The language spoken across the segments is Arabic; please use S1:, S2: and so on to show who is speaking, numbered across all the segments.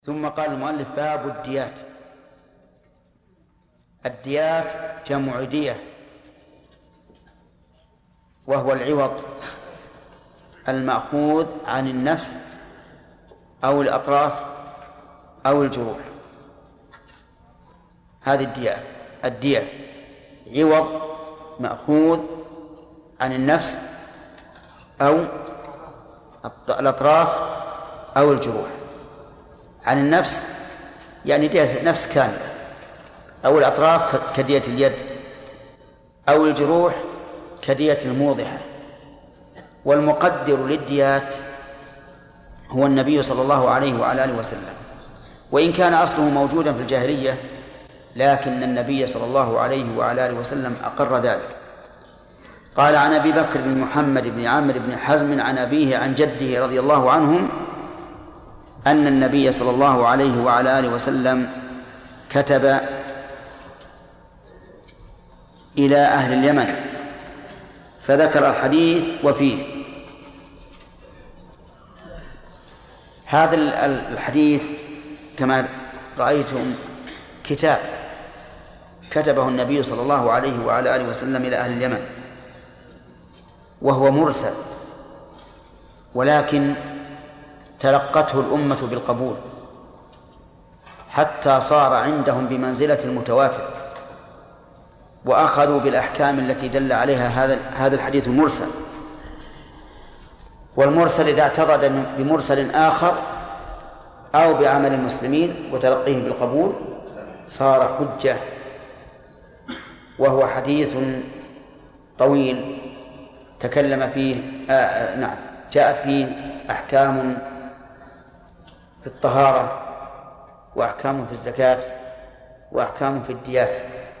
S1: ثم قال المؤلف: باب الديات. الديات جمع دية، وهو العوض المأخوذ عن النفس أو الأطراف أو الجروح. هذه الدية عوض مأخوذ عن النفس أو الأطراف أو الجروح. عن النفس يعني دية نفس كاملة، أو الأطراف كدية اليد، أو الجروح كدية الموضحة. والمقدر للديات هو النبي صلى الله عليه وعلى آله وسلم، وإن كان أصله موجودا في الجاهلية، لكن النبي صلى الله عليه وعلى آله وسلم أقر ذلك. قال: عن أبي بكر بن محمد بن عامر بن حزم عن أبيه عن جده رضي الله عنهم أن النبي صلى الله عليه وعلى آله وسلم كتب إلى أهل اليمن فذكر الحديث وفيه. هذا الحديث كما رأيتم كتاب كتبه النبي صلى الله عليه وعلى آله وسلم إلى أهل اليمن، وهو مرسل، ولكن تلقته الأمة بالقبول حتى صار عندهم بمنزلة المتواتر، وأخذوا بالأحكام التي دل عليها هذا الحديث المرسل. والمرسل إذا اعتضد بمرسل آخر أو بعمل المسلمين وتلقيه بالقبول صار حجة. وهو حديث طويل تكلم فيه جاءت فيه أحكام في الطهارة، وأحكام في الزكاة، وأحكام في الديات.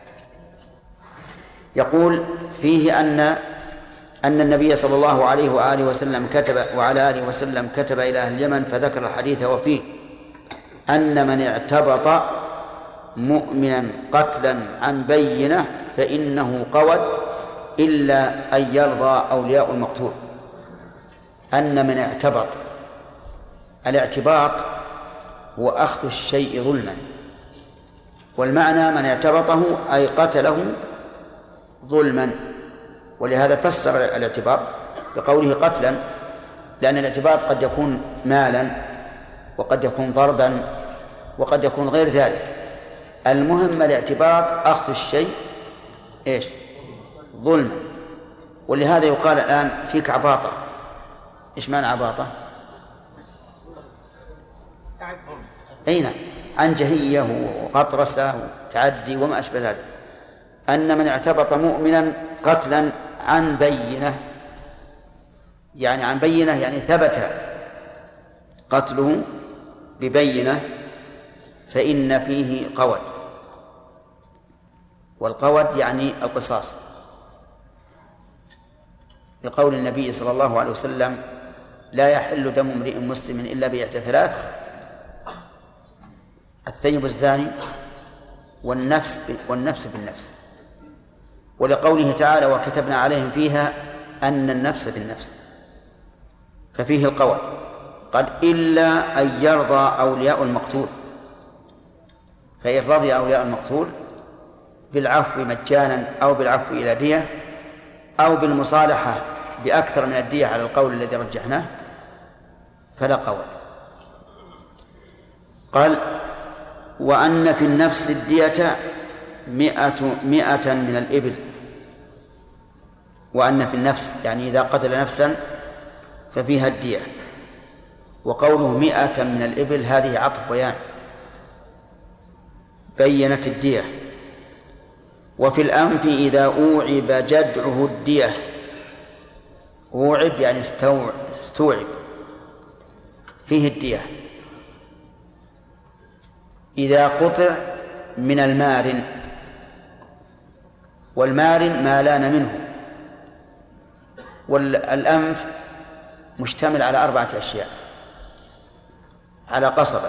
S1: يقول فيه أن النبي صلى الله عليه وآله وسلم كتب إلى أهل اليمن فذكر الحديث وفيه أن من اعتبط مؤمنا قتلا عن بينة فإنه قود إلا أن يرضى أولياء المقتول. أن من اعتبط، الاعتباط هو أخذ الشيء ظلما، والمعنى من اعتبطه أي قتله ظلما. ولهذا فسر الاعتباط بقوله قتلا، لأن الاعتباط قد يكون مالا، وقد يكون ضربا، وقد يكون غير ذلك. المهم الاعتباط أخذ الشيء ظلما. ولهذا يقال الآن فيك عباطة. إيش معنى عباطة؟ أين عنجهية وغطرسة وتعدي وما أشبه ذلك. أن من اعتبط مؤمنا قتلا عن بينة، يعني عن بينة يعني ثبت قتله ببينة، فإن فيه قود. والقود يعني القصاص، لقول النبي صلى الله عليه وسلم: لا يحل دم امرئ مسلم إلا بإحدى ثلاث: الثيب الزاني، والنفس بالنفس. ولقوله تعالى: وكتبنا عليهم فيها أن النفس بالنفس، ففيه القود. قال: إلا أن يرضى أولياء المقتول. فإن رضي أولياء المقتول بالعفو مجانا أو بالعفو إلى دية أو بالمصالحة بأكثر من الدية على القول الذي رجحناه فلا قود. قال: وأن في النفس الدية 100 من الإبل. وأن في النفس يعني إذا قتل نفسا ففيها الدية. وقوله 100 من الإبل هذه عطف بيان، بينت الدية. وفي الأنف إذا أوعب جدعه الدية. أوعب يعني استوعب، فيه الدية. إذا قطع من المارن، والمارن ما لان منه. والأنف مشتمل على 4 أشياء: على قصبة،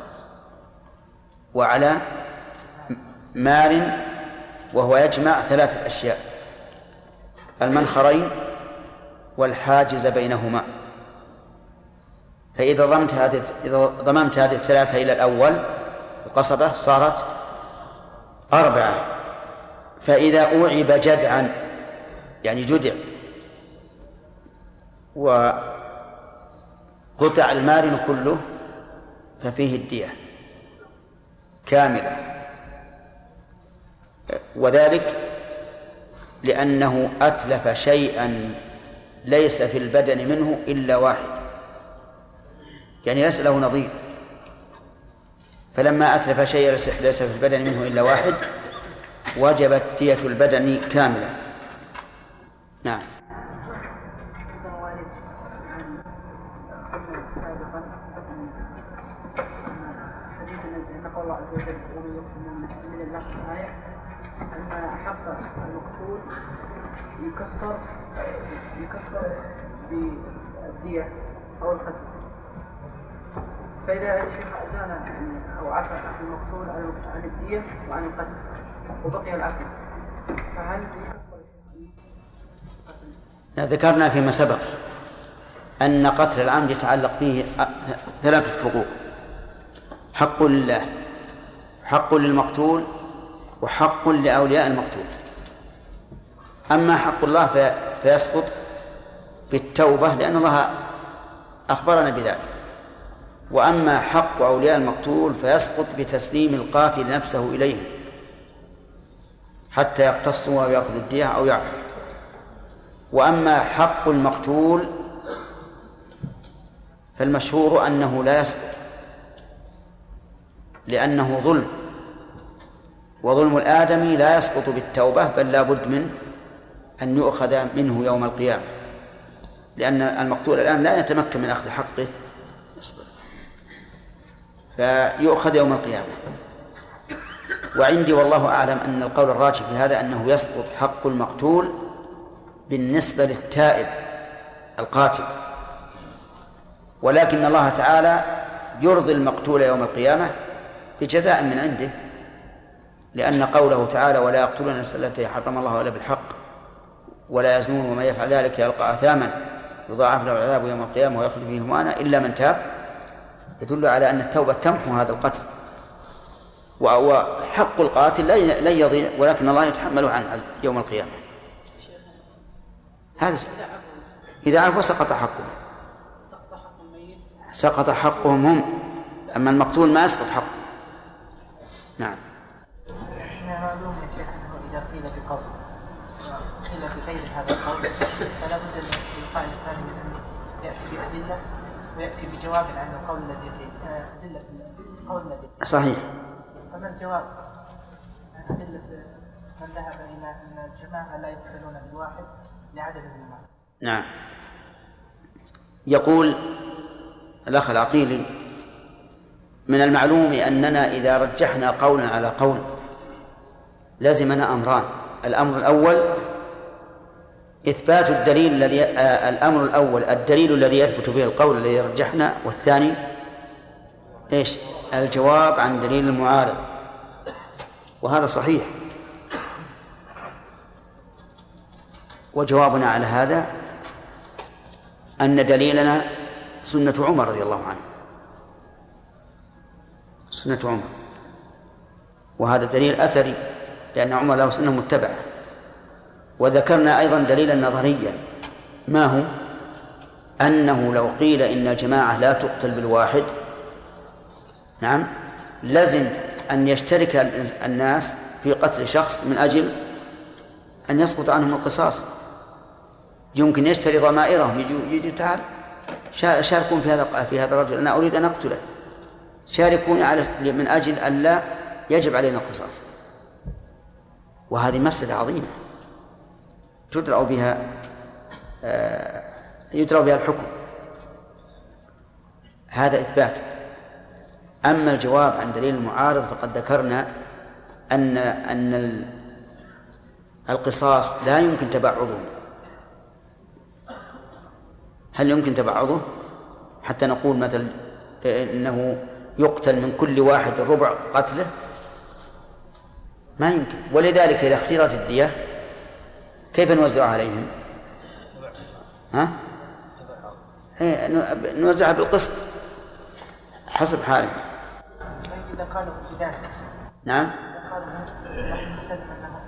S1: وعلى مارن وهو يجمع 3 أشياء: المنخرين والحاجز بينهما. فإذا ضممت هذه الثلاثة إلى الأول القصبة صارت 4. فإذا أوعب جدعا يعني جدع وقطع المارن كله ففيه الدية كاملة، وذلك لأنه أتلف شيئا ليس في البدن منه إلا واحد، يعني ليس له نظير، فلما أتلف شيئا ليس في البدن منه إلا واحد وجبت دية البدن كاملة. نعم.
S2: يكفر بالدية أو القتل، فإذا الشيخ أزال أو عفى المقتول عن الدية وعن القتل وبقي العفو فهل يكفر القتل؟
S1: ذكرنا فيما سبق أن قتل العمد يتعلق فيه 3 حقوق: حق لله، حق للمقتول، وحق لأولياء المقتول. أما حق الله فيسقط بالتوبة لأن الله أخبرنا بذلك، وأما حق أولياء المقتول فيسقط بتسليم القاتل نفسه إليهم حتى يقتصوا ويأخذ الدية أو يعفو. وأما حق المقتول فالمشهور أنه لا يسقط لأنه ظلم، وظلم الآدمي لا يسقط بالتوبة بل لا بد من أن يؤخذ منه يوم القيامة، لأن المقتول الآن لا يتمكن من أخذ حقه فيؤخذ يوم القيامة. وعندي والله أعلم أن القول الراجح في هذا أنه يسقط حق المقتول بالنسبة للتائب القاتل، ولكن الله تعالى يرضي المقتول يوم القيامة بجزاء من عنده، لأن قوله تعالى: ولا يقتلون النفس التي حرم الله إلا بالحق ولا يزنون ومن يفعل ذلك يلقى أثاما يضاعف له العذاب يوم القيامة ويخلد فيه مهانا إلا من تاب، يدل على أن التوبة تمحو هذا القتل، وحق القاتل لن يضيع، ولكن الله يتحمله عن يوم القيامة. هذا إذا عفوا سقط حقهم، سقط حقهم هم، أما المقتول ما يسقط حقه. نعم.
S2: معلوم يا شيخ أنه إذا قيل بقول قيل بغير هذا القول فلا بد للقائل الثاني من أن يأتي بأدلة ويأتي بجواب عن القول الذي أدلة القول الذي
S1: صحيح.
S2: فما الجواب عن أدلة من ذهب إلى أن الجماعة لا يقتلون بالواحد لعدد الجماعة؟
S1: نعم. يقول الأخ العقيلي: من المعلوم أننا إذا رجحنا قولا على قول لزمنا أمران: الأمر الأول إثبات الدليل الذي الأمر الأول الدليل الذي يثبت به القول الذي رجحنا، والثاني إيش؟ الجواب عن دليل المعارض. وهذا صحيح، وجوابنا على هذا أن دليلنا سنة عمر رضي الله عنه، سنة عمر، وهذا دليل أثري لأن عمر له سنة متبعة. وذكرنا أيضا دليلا نظريا، ما هو؟ أنه لو قيل إن الجماعة لا تقتل بالواحد، نعم، لازم أن يشترك الناس في قتل شخص من أجل أن يسقط عنهم القصاص. يمكن يشتري ضمائرهم، يجي تعال شاركون في هذا الرجل، أنا أريد أن أقتله، شاركون من أجل أن لا يجب علينا القصاص. وهذه مفسدة عظيمة يدرأ بها الحكم. هذا إثبات. أما الجواب عن دليل المعارض فقد ذكرنا أن القصاص لا يمكن تبعضه. هل يمكن تبعضه حتى نقول مثلا إنه يقتل من كل واحد ربع قتله؟ ما يمكن. ولذلك إذا اختيرت الدية كيف نوزع عليهم؟ نوزعها بالقسط حسب حاله.
S2: إذا قالوا ابتداء.
S1: نعم.
S2: إذا قالوا نسلم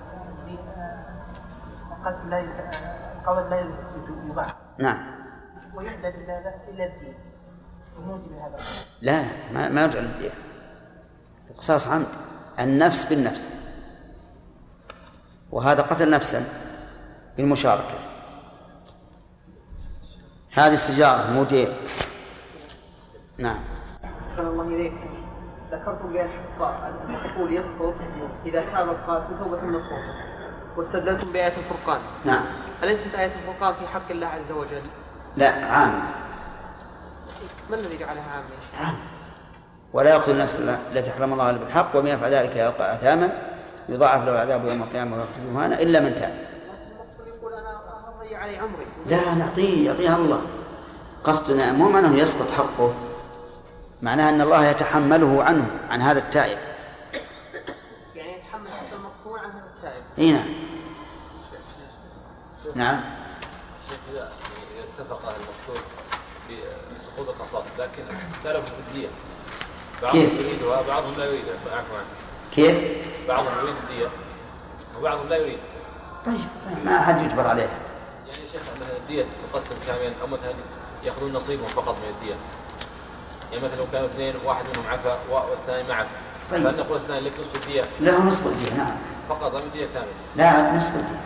S2: أنه قول لا يباع.
S1: نعم.
S2: ويعدل إلى الدين. ونوجب هذا.
S1: لا ما يرجع للدين. قصاص عمد. النفس بالنفس. وهذا قتل نفسا بالمشاركة. هذه السجارة موديل. نعم.
S3: أحسن الله إليك. ذكرتم بأن الحقول يسقط إذا كان القاتل توبة نصوحة، واستدلتم بآية الفرقان.
S1: نعم.
S3: أليست آية الفرقان في حق الله عز وجل؟
S1: لا، عام.
S3: ما الذي جعلها عامة يا شيخ؟
S1: عام. ولا يقتل النفس التي حرم الله إلا بالحق ومن يفعل ذلك يلقى أثاما يضاعف له العذاب يوم القيامة ويخلد مهانا إلا من تاب.
S3: يقول أنا أضيع علي عمري.
S1: لا، يعطيها الله. قصدنا مو معناه أنه يسقط حقه، معناه أن الله يتحمله عنه عن هذا التائب.
S3: يعني يتحمل حق المقتول عن هذا التائب.
S1: اي نعم. نعم.
S4: إذا اتفق المقتول بسقوط القصاص لكن اختلفوا في الدية، بعضهم يريدها بعضهم لا يريدها. أعفو عنه.
S1: كيف؟
S4: بعضهم يريد الدية وبعضهم لا يريد.
S1: طيب ما أحد يجبر عليها.
S4: يعني يا شيخ مثلا الدية تقسم كاملا أو مثلا يأخذون نصيبهم فقط من الدية. يعني مثلا لو كانوا اثنين واحد منهم عفا والثاني ما عفا.
S1: طيب.
S4: فهل نقول الثاني لك نصف الدية؟
S1: له نصف الدية. نعم.
S4: فقط لا الدية كاملة.
S1: لا، نصف الدية.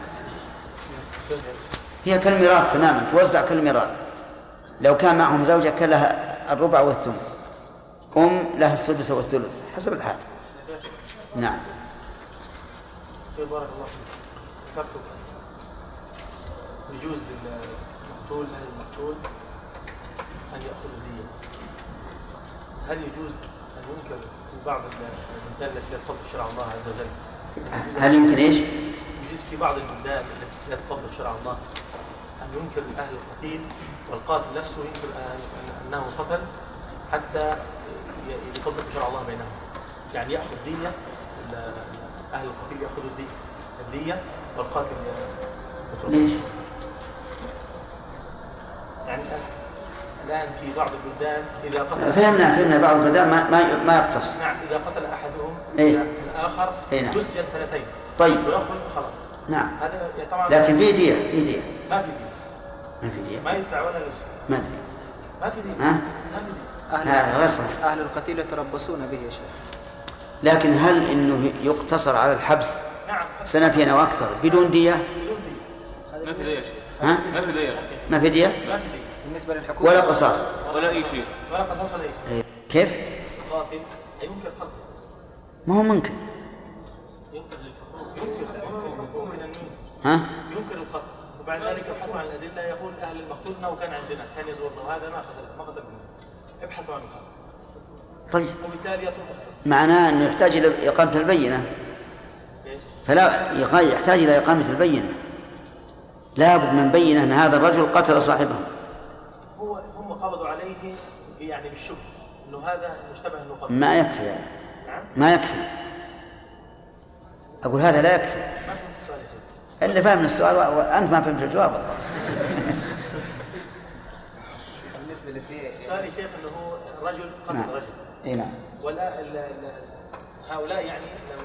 S1: هي كالميراث تماما، توزع كالميراث. لو كان معهم زوجة كان لها الربع والثمن، لها السدس والثلث حسب الحال. نعم.
S5: بارك الله فيك. ذكرتم يجوز للمقتول أن يأخذ الدية. هل يجوز أن ينكر في بعض البلدان التي لا تطبق شرع الله عز وجل؟
S1: هل يمكن ايش؟
S5: يجوز في بعض البلدان التي لا تطبق شرع الله أن ينكر أهل القتيل والقاتل نفسه ينكر أنه قتل حتى يطبق شرع الله بينهم. يعني يأخذ دية، أهل القتيل يأخذوا الدية والقاتل يتركه.
S1: ليش؟
S5: يعني الآن في بعض البلدان إذا قتل
S1: فهمنا بعض البلدان ما يقتص.
S5: نعم. إذا قتل أحدهم الآخر
S1: نعم.
S5: يسجن 2 سنين.
S1: طيب.
S5: ويخرج خلاص.
S1: نعم.
S5: هذا طبعا.
S1: لكن في دية.
S5: ما في دية. ما يدفع ولا يسجن.
S1: ما أدري.
S5: ما في دية.
S1: ها؟
S5: ما في دية.
S1: هذا غير صحيح.
S6: أهل القتيل يتربصون به يا شيخ.
S1: لكن هل إنه يقتصر على الحبس؟
S5: نعم.
S1: 2 أو أكثر بدون دية؟
S5: بدون دية.
S4: ما في دية يا شيخ.
S1: ها؟
S4: ما في دية.
S1: ما في دية؟
S5: ما في دية.
S6: بالنسبة للحكومة
S1: ولا قصاص
S4: ولا أي شيء.
S5: ولا قصاص ولا شيء.
S1: كيف؟
S5: القاتل ينكر قتله.
S1: ما هو ممكن.
S5: ينكر أن
S1: ها؟
S5: ينكر القتل وبعد ذلك يبحثوا عن الأدلة. يقول أهل المقتول أنه كان عندنا كان يزورنا وهذا ما قتل منه. ابحثوا عن القتل.
S1: طيب.
S5: وبالتالي يطلب.
S1: معناه أنه يحتاج إلى إقامة البينة. فلا يحتاج إلى إقامة البينة. لا بد من بينة أن هذا الرجل قتل صاحبه.
S5: هم قبضوا عليه يعني بالشبه أنه هذا مشتبه أنه قتل.
S1: ما يكفي هذا.
S5: نعم.
S1: ما يكفي. أقول هذا لا يكفي.
S5: ما فهمت السؤال يا شيخ.
S1: إلا فهم السؤال وأنت ما فهمت الجواب.
S6: بالنسبة للدية
S5: السؤال يا شيخ أنه رجل قتل
S1: نعم.
S5: رجل.
S1: إيه نعم.
S5: ولا هؤلاء يعني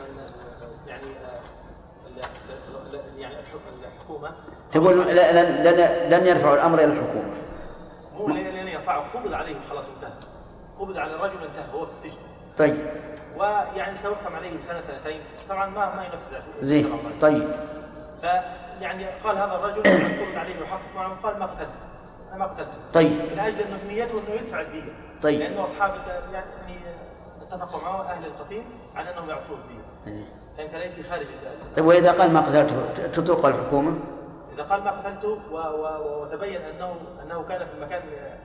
S5: الحكومة
S1: تقول لن يرفعوا الأمر إلى الحكومة.
S5: مو لن يرفعوا. قبض عليه وخلاص انتهى. قبض على الرجل انتهى هو في السجن.
S1: طيب.
S5: ويعني سيحكم عليه 2 سنتين. طبعا ما ينفذ.
S1: زين. طيب.
S5: فيعني قال هذا الرجل قبض عليه وحقق معه قال ما قتلت. أنا ما قتلته.
S1: طيب.
S5: من أجل أنه نيته أنه يدفع الدية.
S1: طيب.
S5: لأنه أصحاب يعني اتفقوا معه أهل القتيل على أنهم يعطوه الدية. فأنت ليه في خارج.
S1: طيب وإذا قال ما قتلته تطلق الحكومة؟
S5: إذا قال ما قتلته وتبين أنه كان في المكان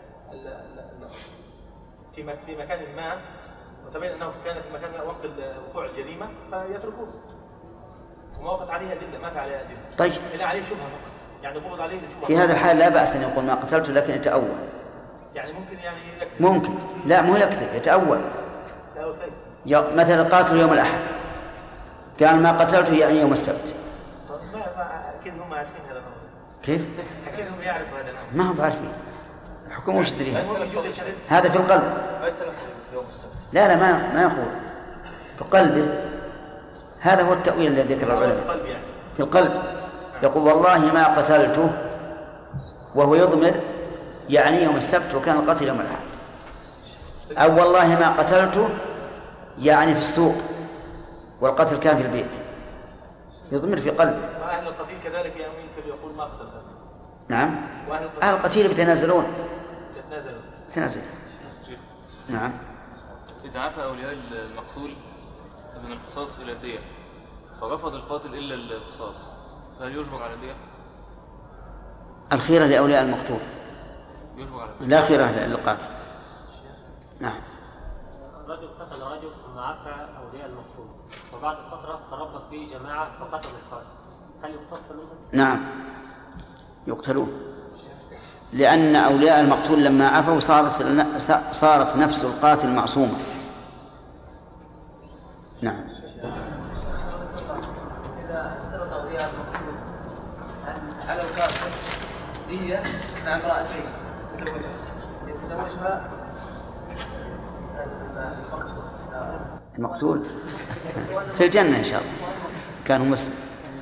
S5: في مكان ما وتبين أنه كان في مكان وقت وقوع الجريمة فيتركوه. وما وقت عليها أدلة. ما في عليها أدلة.
S1: طيب.
S5: إلا عليه شبهة فقط. يعني قبض عليه شبهة.
S1: في هذا الحال لا بأس أن يقول ما قتلته لكن يتأول.
S5: يعني ممكن يعني يكذب.
S1: ممكن. لا مو يكذب يتأول. مثلا قاتل يوم الأحد قال ما قتلته يعني يوم السبت.
S5: ما أكيد هم عارفين هذا الأمر.
S1: كيف؟
S5: أكيد هم يعرفوا هذا الأمر.
S1: ما هم عارفين. حكم وش تدري هذا في القلب. لا ما يقول بقلبه. هذا هو التأويل الذي ذكر العلماء في القلب. يقول والله ما قتلته وهو يضمر يعني يوم السبت وكان القتل يوم الأحد، أو والله ما قتلته يعني في السوق والقتل كان في البيت، يضمر في قلبه.
S5: وأهل القتيل كذلك يمكن يقول ما قتل.
S1: نعم أهل القتيل يتنازلون. نعم.
S4: إذا عفى أولياء المقتول من القصاص إلى الدية فرفض القاتل إلا القصاص، فهل يجبر على الدية؟
S1: الخيرة لأولياء المقتول،
S4: يجبر على الدية.
S1: لا خيرة للقاتل. نعم.
S7: رجل قتل رجل ثم عفى أولياء المقتول وبعد فترة تربص به جماعة فقتل القاتل، هل يقتصلون؟
S1: نعم يقتلون، لأن أولياء المقتول لما عفوا صارت نفس القاتل معصومة. نعم.
S3: إذا اشترط أولياء المقتول أن على القاتل دية مع امرأتين يتزوجها
S1: المقتول في الجنة إن شاء الله كانوا مسلم.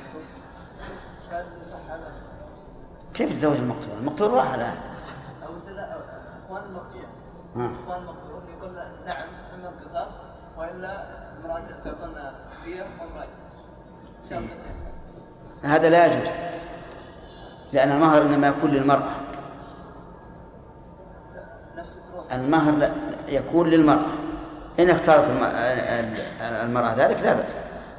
S1: كيف يتزوج المقتول؟ المقتول راح الآن.
S3: أخوان المقتول يقول نعم إما القصاص وإلا امرأة تعطينا دية وامرأة.
S1: هذا لا يجوز، لأن المهر إنما يكون للمرأة. المهر لا يكون للمرأة، إن اختارت المرأة ذلك لا بأس.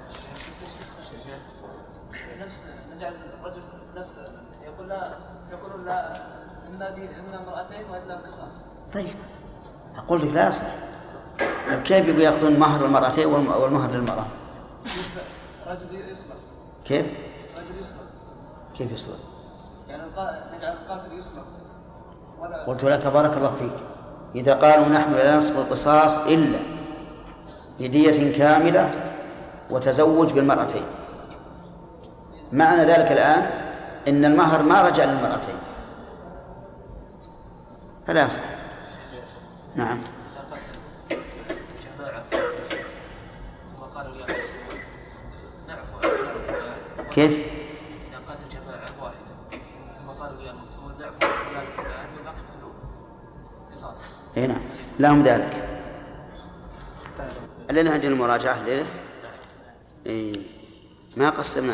S3: نجعل الرجل نفس يقول لا إما امرأتين وإلا القصاص.
S1: طيب أقول لك لا يصح. كيف يبغوا يأخذون مهر المرأتين والمهر للمرأة؟
S3: رجل يسلم.
S1: كيف؟
S3: رجل يسلم.
S1: كيف يسلم؟
S3: يعني نجعل القاتل يسلم.
S1: قلت لك بارك الله فيك، إذا قالوا نحن لا نسقط القصاص إلا بدية كاملة وتزوج بالمرأتين، معنى ذلك الآن إن المهر ما رجع للمرأتين فلا يصح. نعم. كيف؟
S7: قتل جماعة واحدة ثم قالوا يا مقتول نعفو عن فلان وفلان وباقي يقتلون قصاصا.
S1: اي نعم لهم ذلك. الليلة عندنا المراجعة الليلة ما قسمناه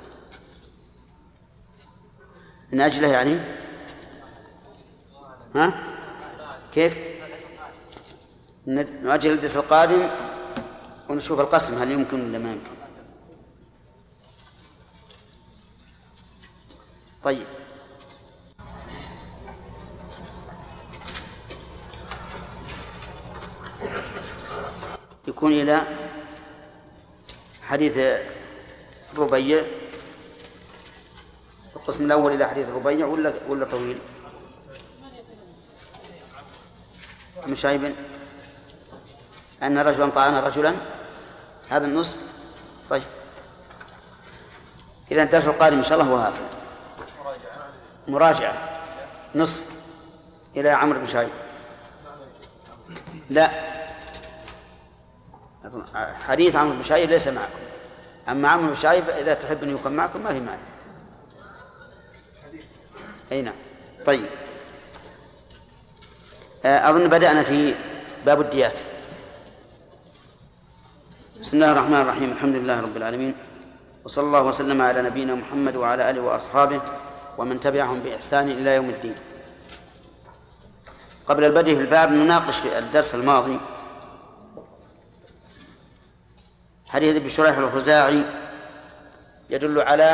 S1: من أجله يعني ها كيف نؤجل الدرس القادم ونشوف القسم هل يمكن ولا ما يمكن. طيب يكون إلى حديث ربيع القسم الأول إلى حديث ربيع ولا طويل؟ مشايب أن رجلا طعن رجلا هذا النصف. طيب إذا الدرس القادم إن شاء الله هو هذا مراجعة نصف إلى عمرو بن شعيب. لا حديث عمرو بن شعيب ليس معكم، أما عمرو بن شعيب إذا تحب أن يكون معكم ما في معنى. أي نعم. طيب أظن بدأنا في باب الديات. بسم الله الرحمن الرحيم، الحمد لله رب العالمين، وصلى الله وسلم على نبينا محمد وعلى آله وأصحابه ومن تبعهم بإحسان إلى يوم الدين. قبل البدء في الباب نناقش في الدرس الماضي حديث ابن شريح الخزاعي يدل على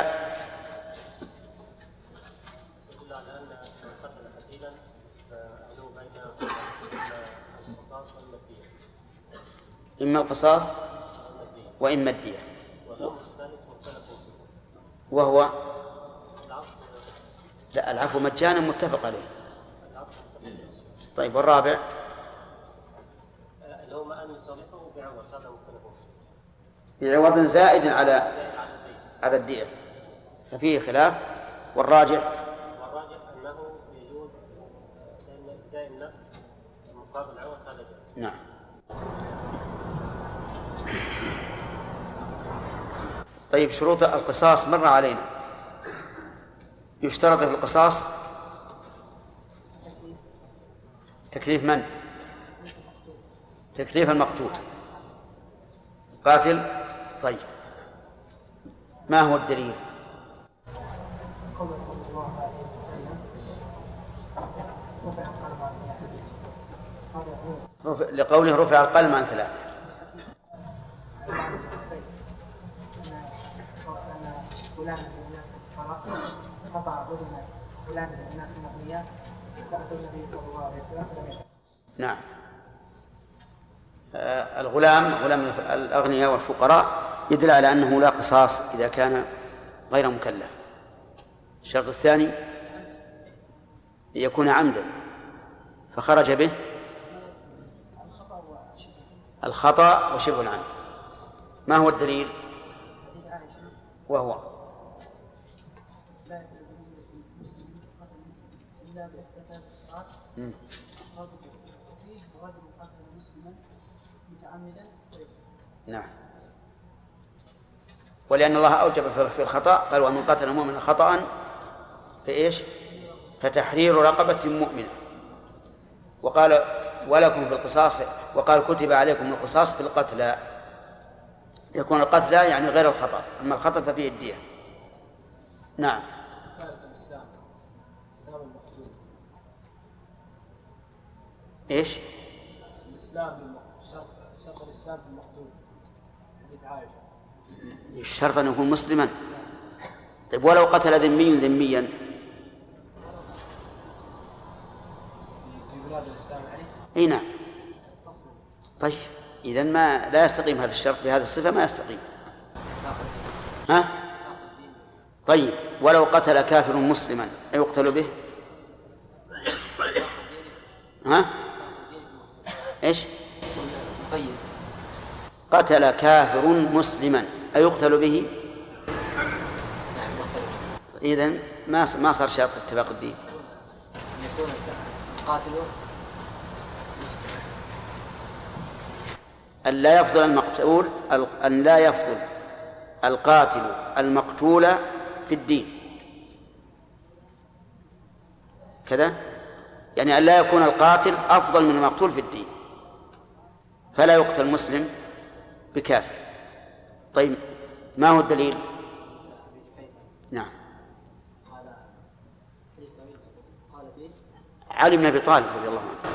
S7: أن قتل قتيلا فعلو بين القصاص والمدية،
S1: إما القصاص وإما الدية،
S7: والأمر الثالث مختلف فيه
S1: وهو لا العفو مجانا متفق عليه. طيب والرابع
S7: اللي هو ما أن يصالحه بعوض، هذا مختلف
S1: بعوض زائد على الدية، ففيه خلاف. والراجح
S7: أنه يجوز، لأن
S1: نعم. طيب، شروط القصاص مر علينا. يشترط في القصاص تكليف من؟ تكليف المقتول قاتل. طيب، ما هو الدليل؟ لقوله رفع القلم عن 3. نعم. الغلام الأغنياء والفقراء يدل على أنه لا قصاص إذا كان غير مكلف. الشرط الثاني يكون عمدا فخرج به الخطأ وشبه العمد. ما هو الدليل؟ وهو نعم. ولأن الله أوجب في الخطأ، قال ومن قتل مؤمنا خطأ فإيش؟ فتحرير رقبة مؤمنة. وقال ولكم في القصاص، وقال كتب عليكم القصاص في القتلى. يكون القتلى يعني غير الخطأ، أما الخطأ ففيه الدية. نعم. إيش؟
S8: شرط الإسلام بالمقتول حديث عائشة.
S1: الشرط أن يكون مسلما. طيب، ولو قتل ذميا
S8: في بلاد الإسلام يعني؟
S1: اي نعم. طيب، إذن ما لا يستقيم هذا الشرط بهذه الصفة، ما يستقيم. ها؟ طيب، ولو قتل كافر مسلما أيقتل به؟ ها؟ ايش؟
S3: طيب،
S1: قتل كافر مسلما أيقتل به؟ إذن ما صار شرط اتفاق الدين.
S3: أن يكون القاتل مسلما.
S1: أن لا يفضل القاتل المقتول في الدين كذا، يعني أن لا يكون القاتل أفضل من المقتول في الدين، فلا يقتل مسلم بكافر. طيب، ما هو الدليل؟ نعم. علي بن أبي طالب رضي الله عنه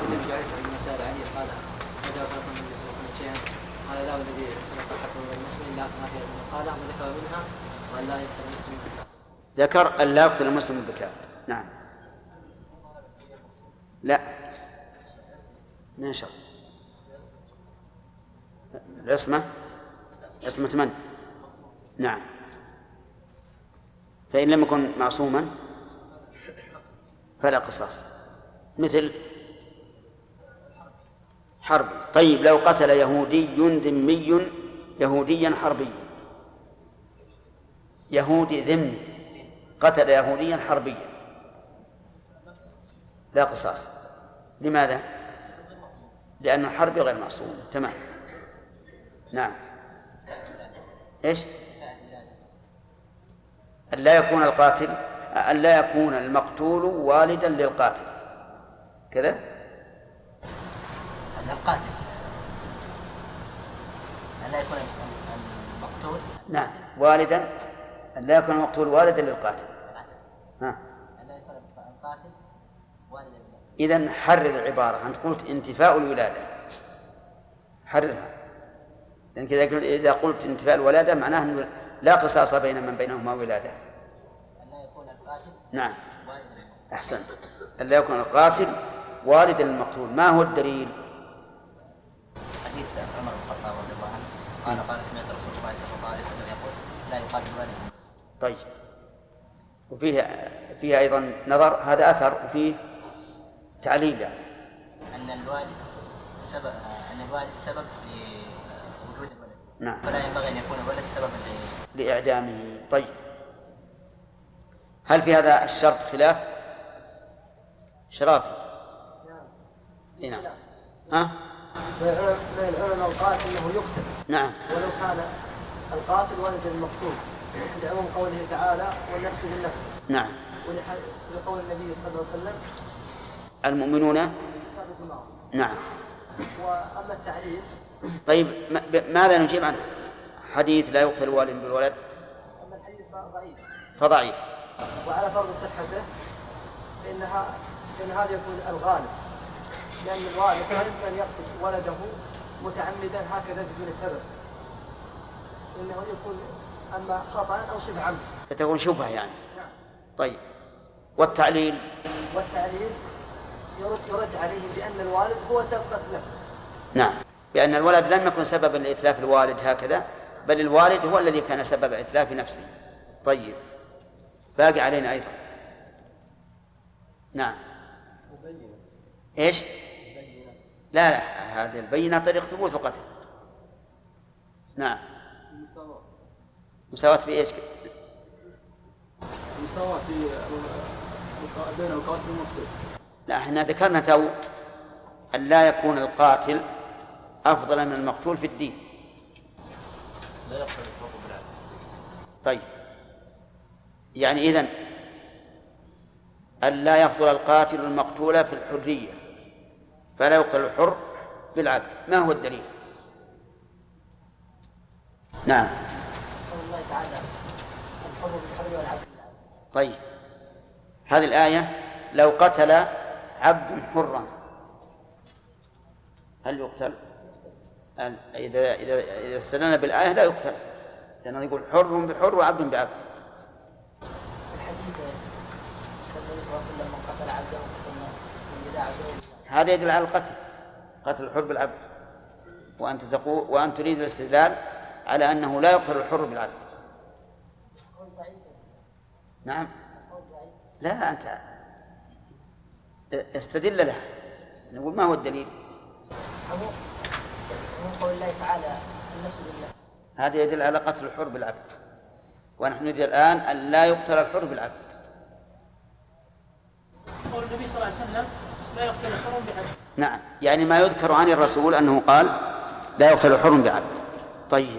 S3: قال لا والذي خلق الحكم والمسلم لا ما في قال وذكر منها وأن لا يقتل المسلم بكافر.
S1: ذكر أن لا يقتل المسلم بكافر. نعم. لا، ما شاء العصمة من؟ نعم. فإن لم يكن معصوما فلا قصاص، مثل حرب. طيب، لو قتل يهودي ذمي يهوديا حربيا، يهودي ذمي قتل يهوديا حربيا، لا قصاص. لماذا؟ لأن الحرب غير معصوم. تمام. نعم. إيش؟ أن لا يكون المقتول والدا للقاتل كذا.
S2: القاتل أن لا يكون المقتول.
S1: نعم، والدا. أن لا يكون المقتول والدا للقاتل. ها.
S2: أن لا يكون القاتل والدا للمقتول.
S1: إذن حرر العبارة. أنت قلت انتفاء الولادة، حررها. لأنك إذا قلت انتفاء الولادة معناه أنه لا قصاص بين من بينهما ولادة.
S2: أن لا يكون القاتل.
S1: نعم، أحسنت. أن لا يكون القاتل والدا للمقتول. ما هو الدليل؟
S2: حديث عمر بن الخطاب رضي الله عنه قال سمعت رسول الله صلى الله عليه وسلم يقول لا يقاتل والد.
S1: طيب، وفيه أيضا نظر، هذا أثر وفيه تعليل يعني.
S2: أن الوالد سبب لوجود الولد.
S1: نعم.
S2: فلا ينبغي أن يكون الولد سببا
S1: لإعدامه. طيب، هل في هذا الشرط خلاف؟ شرافي. نعم. ها؟
S3: من العلماء قال انه يقتل.
S1: نعم.
S3: ولو كان القاتل والد المقتول لعموم قوله تعالى والنفس بالنفس.
S1: نعم.
S3: ولقول النبي صلى الله عليه وسلم
S1: المؤمنون. نعم.
S3: واما التعريف.
S1: طيب ماذا نجيب عنه؟ حديث لا يقتل والد بالولد.
S3: اما الحديث ضعيف.
S1: فضعيف.
S3: وعلى فرض صحته فإن هذا يكون الغالب، لأن الوالد من يقتل ولده متعمدا هكذا بدون سبب إنه يكون أما خطأ أو شبه عمد،
S1: فتكون شبهة يعني. طيب والتعليل
S3: يرد عليه بأن الوالد هو سبب قتل نفسه.
S1: نعم، بأن الولد لم يكن سببا لإتلاف الوالد هكذا، بل الوالد هو الذي كان سبب إتلاف نفسه. طيب باقي علينا أيضا. نعم. إيش؟ لا هذه البينة طريق ثبوت القتل. نعم. مساواة في إيش؟
S8: مساواة في بين القاتل والمقتول.
S1: لا احنا ذكرنا تو أن لا يكون القاتل أفضل من المقتول في الدين.
S4: لا يقتل الحر بالعدل.
S1: طيب يعني إذن أن لا يفضل القاتل المقتول في الحرية، فلا يقتل الحر بالعدل. ما هو الدليل؟ نعم.
S3: قول الله تعالى الحر بالحر والعبد بالعبد.
S1: طيب هذه الآية لو قتل عبد حرا هل يقتل؟ إذا استدلنا بالآية لا يقتل، لأنه يقول حر بحر وعبد بعبد.
S3: الحديث النبي صلى الله عليه وسلم من قتل عبده من جداع
S1: هذا يدل على قتل الحر بالعبد، وأن تريد الاستدلال على أنه لا يقتل الحر بالعبد. نعم. لا أنت استدل له، نقول ما هو الدليل؟
S3: قول الله تعالى النفس بالنفس،
S1: هذا يدل على قتل الحر بالعبد، ونحن نريد الآن أن لا يقتل الحر بالعبد.
S2: قول النبي صلى الله عليه وسلم لا يقتل حر بعبد.
S1: نعم، يعني ما يذكر عن الرسول أنه قال لا يقتل حر بعبد. طيب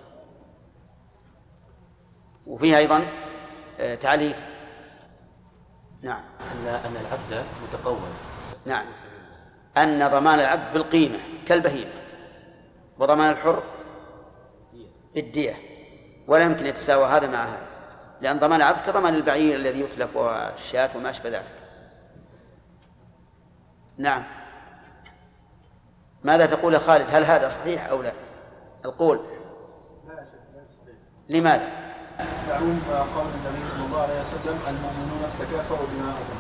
S1: وفيها أيضا تعليق. نعم.
S4: أن العبد متقوم.
S1: نعم، أن ضمان العبد بالقيمة كالبهيمة، وضمان الحر بالدية، ولا يمكن يتساوى هذا مع هذا، لأن ضمان العبد كضمان البعير الذي يتلف والشاة وما أشبه ذلك. نعم. ماذا تقول يا خالد؟ هل هذا صحيح أو لا؟ القول
S8: لا صحيح.
S1: لماذا؟
S8: يعلم قول النبي صلى الله عليه وسلم المؤمنون تكافؤوا دماءهم.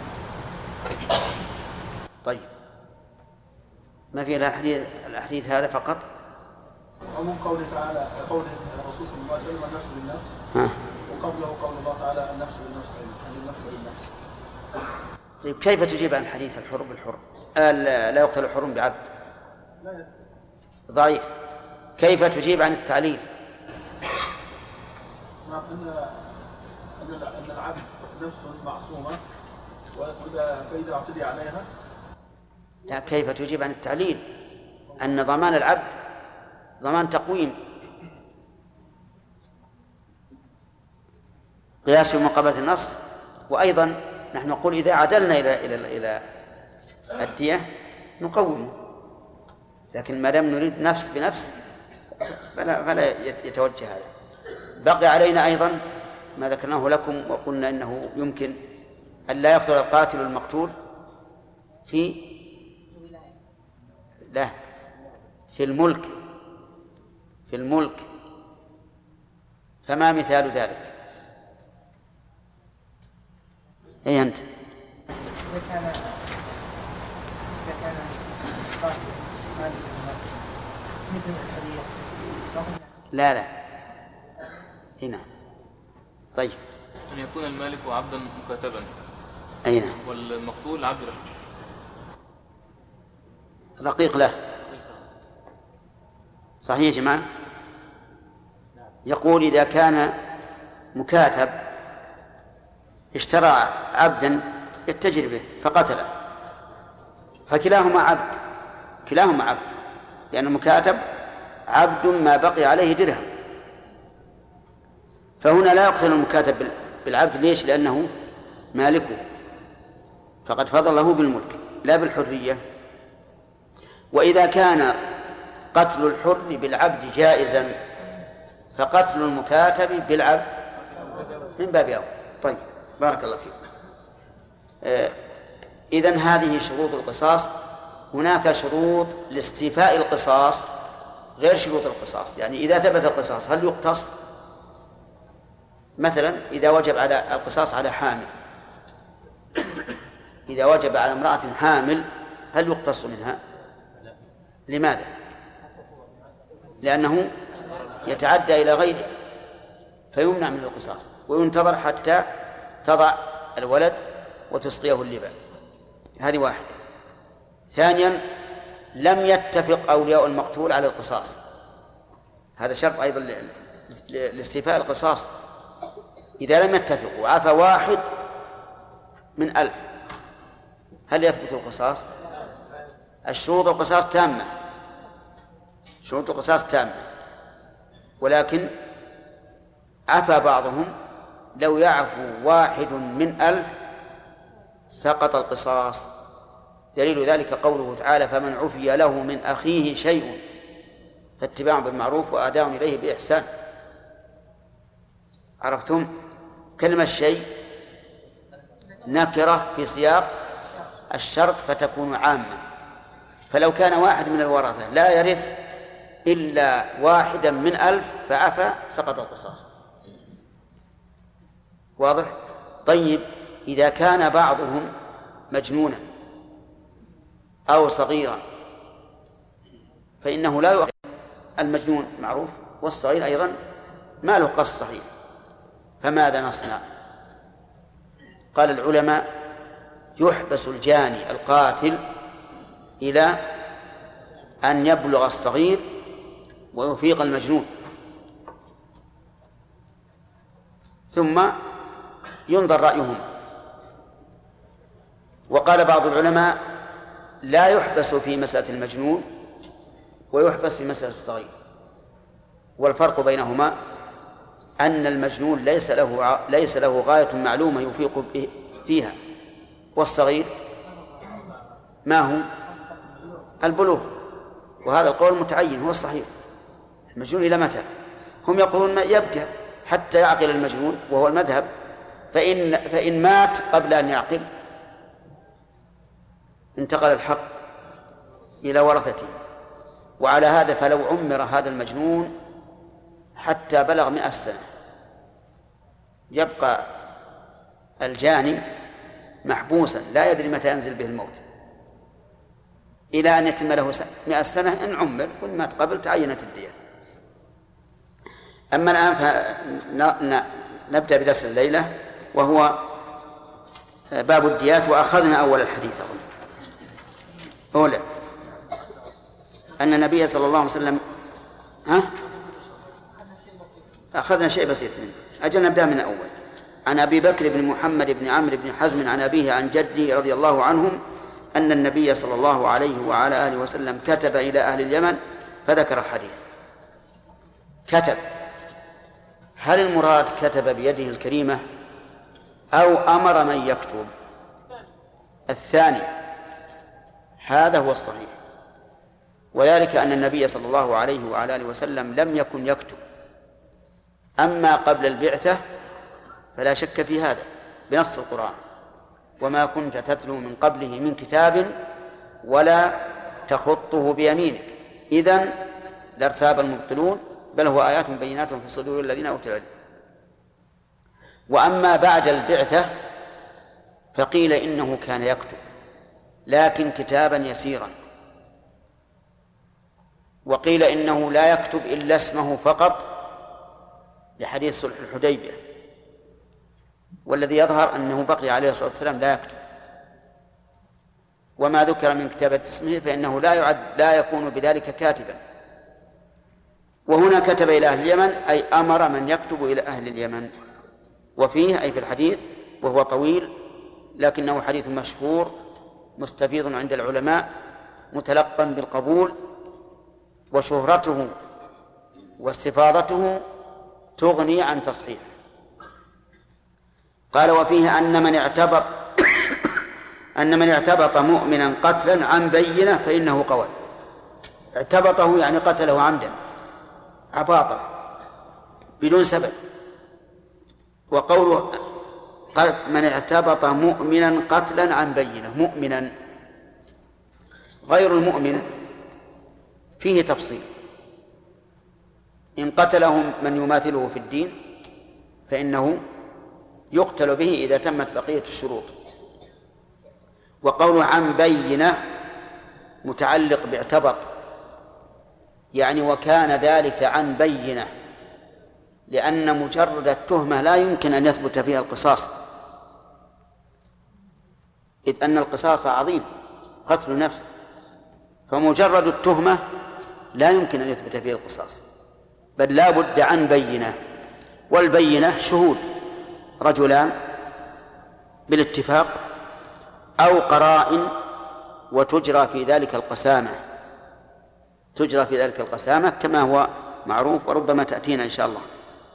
S1: طيب ما في إلا الحديث هذا فقط؟
S8: ومن قوله تعالى قول الرسول صلى الله عليه وسلم النفس بالنفس، وقبله قول الله تعالى النفس بالنفس النفس بالنفس.
S1: طيب كيف تجيب عن حديث الحر بالحر؟ لا يقتل حر بعبد ضعيف. كيف تجيب عن التعليل؟
S8: أن العبد نفس معصومة فإذا اعتدي عليها.
S1: لا، كيف تجيب عن التعليل؟ أن ضمان العبد ضمان تقويم، قياس في مقابلة النص. وأيضا نحن نقول إذا عدلنا إلى الدية نقومه، لكن ما دام نريد نفس بنفس فلا يتوجه هذا. بقي علينا أيضا ما ذكرناه لكم وقلنا إنه يمكن أن لا يقتل القاتل المقتول في الملك. فما مثال ذلك؟ أي أنت؟
S2: إذا كان قاتل مالك مثل الحرية.
S1: لا هنا. طيب
S9: أن يكون المالك عبدا مكاتبا.
S1: أين؟
S9: والمقتول عبد
S1: رقيق له. صحيح يا جماعة؟ يقول إذا كان مكاتب اشترى عبدا يتجر به فقتله، فكلاهما عبد لأن المكاتب عبد ما بقي عليه درهم، فهنا لا يقتل المكاتب بالعبد. ليش؟ لأنه مالكه، فقد فضله بالملك لا بالحرية. وإذا كان قتل الحر بالعبد جائزا فقتل المكاتب بالعبد من باب أولى. طيب، بارك الله فيك. إذن هذه شروط القصاص. هناك شروط لاستيفاء القصاص غير شروط القصاص، يعني إذا ثبت القصاص هل يقتص؟ مثلا إذا وجب على القصاص على حامل، إذا وجب على امرأة حامل هل يقتص منها؟ لماذا؟ لأنه يتعدى إلى غيره فيمنع من القصاص، وينتظر حتى تضع الولد وتسقيه اللبن. هذه واحدة. ثانيا، لم يتفق أولياء المقتول على القصاص، هذا شرط أيضا لاستيفاء القصاص. إذا لم يتفقوا عفى واحد من 1000 هل يثبت القصاص؟ الشروط القصاص تامة، شروط القصاص تامة، ولكن عفى بعضهم. لو يعفو واحد من 1000 سقط القصاص. دليل ذلك قوله تعالى: فمن عفي له من أخيه شيء فاتباع بالمعروف وأداء إليه بإحسان. عرفتم؟ كلمة شيء نكرة في سياق الشرط فتكون عامة، فلو كان واحد من الورثة لا يرث إلا واحدا من 1000 فعفى سقط القصاص. واضح؟ طيب، إذا كان بعضهم مجنونا أو صغيرا فإنه لا يؤخذ. المجنون معروف والصغير أيضا ما له قصد صحيح، فماذا نصنع؟ قال العلماء: يحبس الجاني القاتل إلى أن يبلغ الصغير ويفيق المجنون، ثم ينظر رأيهما. وقال بعض العلماء: لا يحبس في مسألة المجنون ويحبس في مسألة الصغير، والفرق بينهما أن المجنون ليس له غاية معلومة يفيق فيها، والصغير ما هو؟ البلوغ. وهذا القول متعين هو الصحيح. المجنون إلى متى؟ هم يقولون ما يبقى حتى يعقل المجنون، وهو المذهب، فإن مات قبل أن يعقل انتقل الحق إلى ورثته. وعلى هذا فلو عمر هذا المجنون حتى بلغ 100 سنة يبقى الجاني محبوسا لا يدري متى ينزل به الموت إلى أن يتم له 100 سنة إن عمر، وإن مات قبل تعينت الدية. أما الآن فنبدأ بدرس الليلة وهو باب الديات، وأخذنا أول الحديث أولا أن النبي صلى الله عليه وسلم أخذنا شيء بسيط منه. أجل نبدأ من أول. عن أبي بكر بن محمد بن عمرو بن حزم عن أبيه عن جده رضي الله عنهم أن النبي صلى الله عليه وعلى آله وسلم كتب إلى أهل اليمن فذكر الحديث. كتب، هل المراد كتب بيده الكريمة أو أمر من يكتب؟ الثاني، هذا هو الصحيح، وذلك أن النبي صلى الله عليه وعلى آله وسلم لم يكن يكتب. أما قبل البعثة فلا شك في هذا بنص القرآن: وما كنت تتلو من قبله من كتاب ولا تخطه بيمينك إذن لارتاب المبطلون بل هو آيات بينات في صدور الذين أوتوا العلم. وأما بعد البعثة فقيل إنه كان يكتب لكن كتابا يسيرا، وقيل إنه لا يكتب إلا اسمه فقط لحديث صلح الحديبية، والذي يظهر أنه بقي عليه الصلاة والسلام لا يكتب، وما ذكر من كتابة اسمه فإنه لا يكون بذلك كاتبا. وهنا كتب إلى أهل اليمن أي أمر من يكتب إلى أهل اليمن. وفيه أي في الحديث، وهو طويل لكنه حديث مشهور مستفيض عند العلماء متلقا بالقبول، وشهرته واستفاضته تغني عن تصحيحه. قال وفيه أن من اعتبط مؤمنا قتلا عن بينة فإنه قول. اعتبطه يعني قتله عمدا عباطة بدون سبب. وقوله من اعتبط مؤمنا قتلا عن بينة، مؤمنا غير المؤمن فيه تفصيل. إن قتله من يماثله في الدين فإنه يقتل به إذا تمت بقية الشروط. وقوله عن بينة متعلق باعتبط، يعني وكان ذلك عن بينة، لأن مجرد التهمة لا يمكن أن يثبت فيها القصاص، إذ أن القصاص عظيم، قتل نفس، فمجرد التهمة لا يمكن أن يثبت فيها القصاص، بل لا بد عن بينة. والبينة شهود رجلان بالاتفاق أو قرائن، وتجرى في ذلك القسامة كما هو معروف وربما تأتينا إن شاء الله.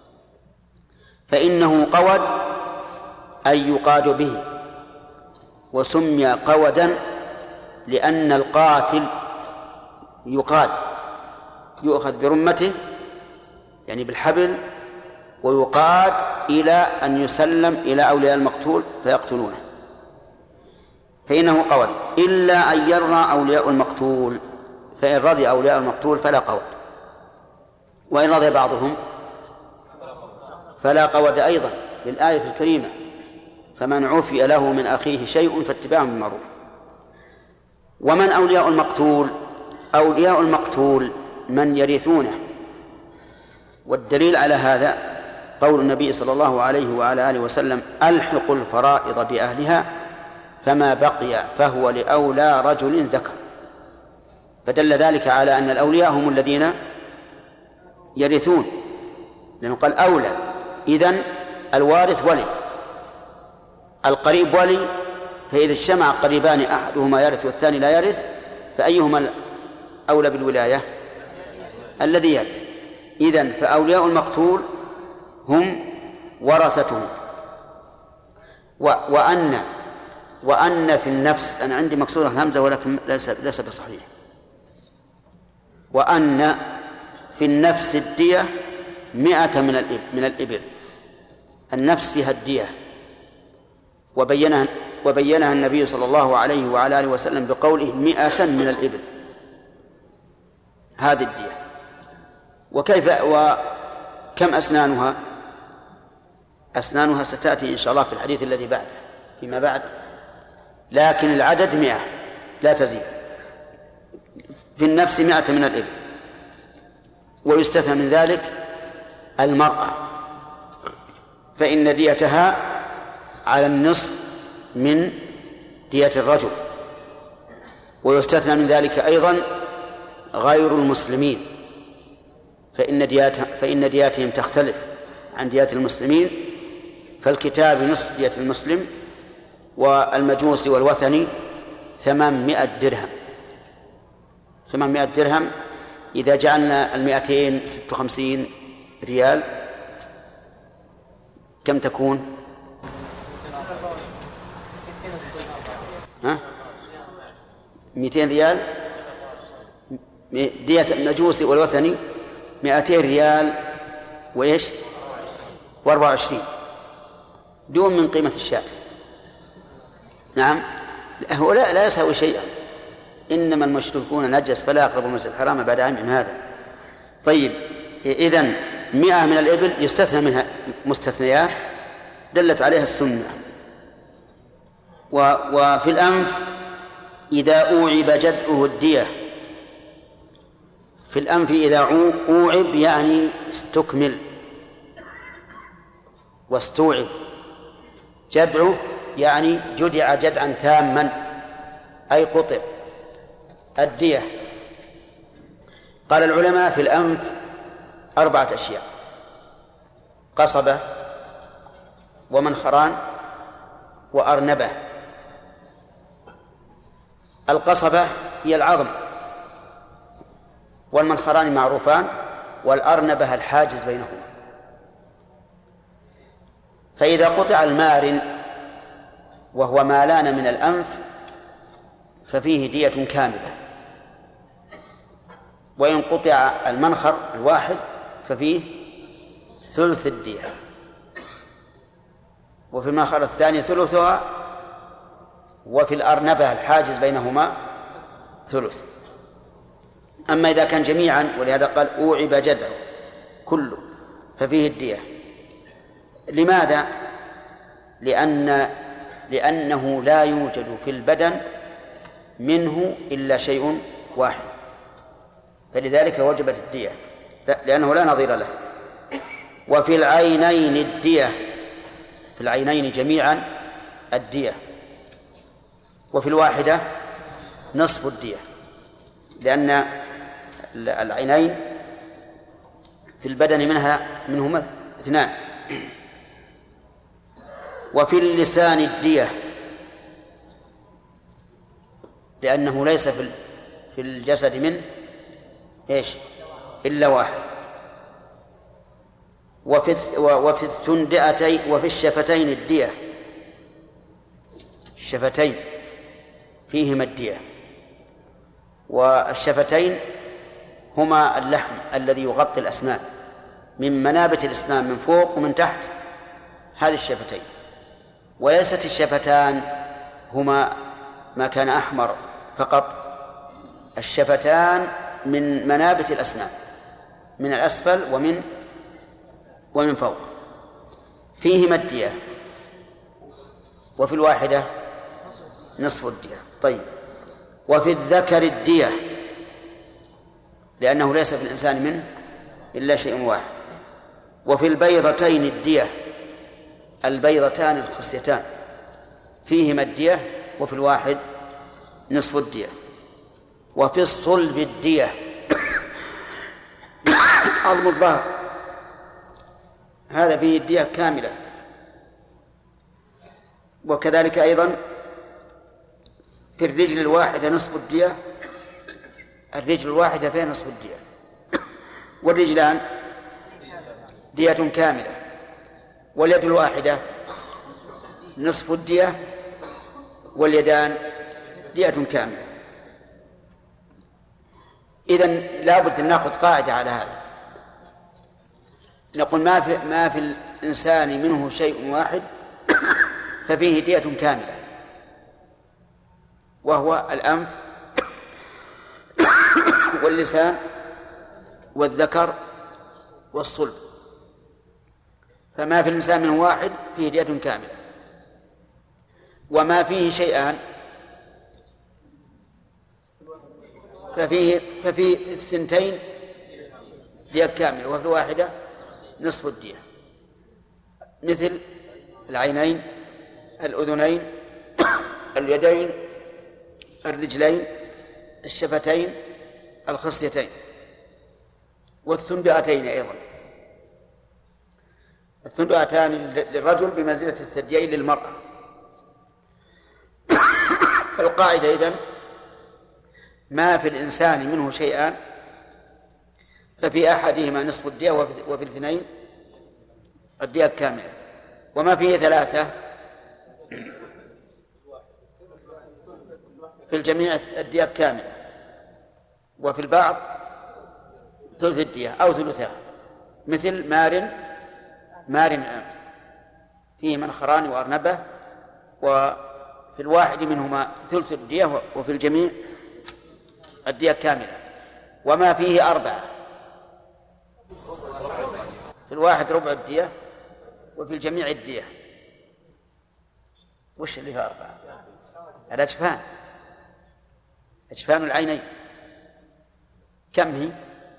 S1: فإنه قود أي يقاد به، وسمي قودا لأن القاتل يقاد، يؤخذ برمته يعني بالحبل ويقاد إلى أن يسلم إلى أولياء المقتول فيقتلونه. فإنه قود إلا أن يرضى أولياء المقتول، فإن رضي أولياء المقتول فلا قود، وإن رضي بعضهم فلا قود أيضا للآية الكريمة فمن عفي له من أخيه شيء فاتباع بالمعروف. ومن أولياء المقتول؟ أولياء المقتول من يرثونه، والدليل على هذا قول النبي صلى الله عليه وعلى آله وسلم ألحقوا الفرائض بأهلها فما بقي فهو لأولى رجل ذكر. فدل ذلك على أن الأولياء هم الذين يرثون، لأنه قال أولى، إذن الوارث ولي، القريب ولي، فإذا اجتمع قريبان أحدهما يرث والثاني لا يرث فأيهما أولى بالولاية؟ الذي يرث. إذن فأولياء المقتول هم ورثته. وأن في النفس، أنا عندي مكسورة همزة ولكن ليس بصحيح، وأن في النفس الدية 100 من الإبل. النفس فيها الدية، وبينها النبي صلى الله عليه وعلى آله وسلم بقوله 100 من الإبل، هذه الدية. وكم أسنانها؟ أسنانها ستأتي إن شاء الله في الحديث الذي بعده فيما بعد، لكن العدد 100 لا تزيد. في النفس 100 من الإبل. ويستثنى من ذلك المرأة، فإن ديتها على النصف من دية الرجل. ويستثنى من ذلك أيضا غير المسلمين، فإن دياتهم تختلف عن ديات المسلمين، فالكتاب نصف دية المسلم، والمجوس والوثني 800 درهم. 800 درهم إذا جعلنا 256 ريال كم تكون؟ 200 ريال. دية المجوس والوثني 200 ريال وإيش؟ و24 دون من قيمة الشاة. نعم، هو لا يساوي شيئا. إنما المشركون نجس فلا يقربوا المسجد الحرام بعد عامهم هذا. طيب، إذن 100 من الإبل يستثنى منها مستثنيات دلت عليها السنة. وفي الأنف إذا أوعب جدعه الدية. في الأنف إذا أوعب يعني استكمل واستوعب. جدعه يعني جدع جدعا تاما أي قطع الدية. قال العلماء في الأنف 4 أشياء: قصبة ومنخران وأرنبة. القصبة هي العظم والمنخران معروفان، والأرنبة الحاجز بينهما. فإذا قطع المارن وهو مالان من الأنف ففيه دية كاملة، وإن قطع المنخر الواحد ففيه ثلث الدية، وفي المنخر الثاني ثلثها، وفي الأرنبة الحاجز بينهما ثلث. أما إذا كان جميعا، ولهذا قال أوعب جدعه كله، ففيه الدية. لماذا؟ لأنه لا يوجد في البدن منه إلا شيء واحد، فلذلك وجبت الدية، لأنه لا نظير له. وفي العينين الدية، في العينين جميعا الدية، وفي الواحدة نصف الدية، لأن العينين في البدن منهما اثنان. وفي اللسان الدية، لأنه ليس في الجسد منه إلا واحد. وفي الثندئتين وفي الشفتين الدية، الشفتين فيهما الدية. والشفتين هما اللحم الذي يغطي الأسنان، من منابت الأسنان من فوق ومن تحت، هذه الشفتين. وليست الشفتان هما ما كان أحمر فقط، الشفتان من منابت الأسنان، من الأسفل ومن فوق، فيهما الدية. وفي الواحدة نصف الدية. طيب. وفي الذكر الدية، لأنه ليس في الإنسان منه إلا شيء واحد. وفي البيضتين الدية، البيضتان الخصيتان فيهما الدية، وفي الواحد نصف الدية. وفي الصلب الدية، عظم الظهر هذا فيه الدية كاملة. وكذلك أيضا في الرجل الواحدة نصف الدية، الرجل الواحدة فيها نصف الدية. والرجلان دية كاملة. واليد الواحدة نصف الدية، واليدان دية كاملة. إذن لا بد أن نأخذ قاعدة على هذا، نقول ما في الإنسان منه شيء واحد ففيه دية كاملة، وهو الأنف واللسان والذكر والصلب. فما في الإنسان منه واحد فيه دية كاملة. وما فيه شيئان ففي الثنتين دية كاملة، وفي الواحدة نصف الدية، مثل العينين، الأذنين، اليدين، الرجلين، الشفتين، الخصيتين، والثندئتين أيضا. الثندئتان للرجل بمنزلة الثديين للمرأة. فالقاعدة إذن ما في الإنسان منه شيئان ففي أحدهما نصف الدية، وفي الاثنين الدية كاملة. وما فيه ثلاثة في الجميع الدية كاملة، وفي البعض ثلث الدية أو ثلثها، مثل مارن الأنف فيه منخران وأرنبة، وفي الواحد منهما ثلث الدية، وفي الجميع الدية كاملة. وما فيه أربعة، في الواحد ربع الدية، وفي الجميع الدية. وش اللي فيه أربعة؟ الأجفان، أجفان العينين كم هي؟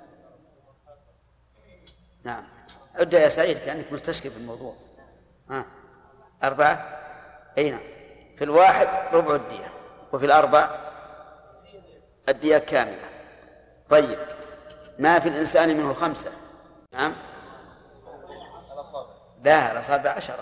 S1: نعم، عد يا سعيد كأنك مستشكل بالموضوع. أربعة. أي نعم، في الواحد ربع الدية، وفي الأربع الدية كاملة. طيب، ما في الإنسان منه خمسة. نعم، لا، الأصابع 10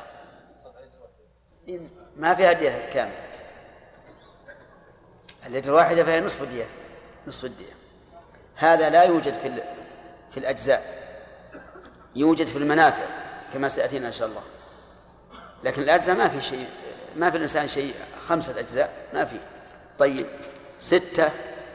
S1: ما فيها دية كاملة. اليد الواحدة فيها نصف الدية. هذا لا يوجد في الأجزاء، يوجد في المنافع كما سيأتينا إن شاء الله. لكن الأجزاء ما في شيء، ما في الإنسان شيء 5 أجزاء ما في. طيب 6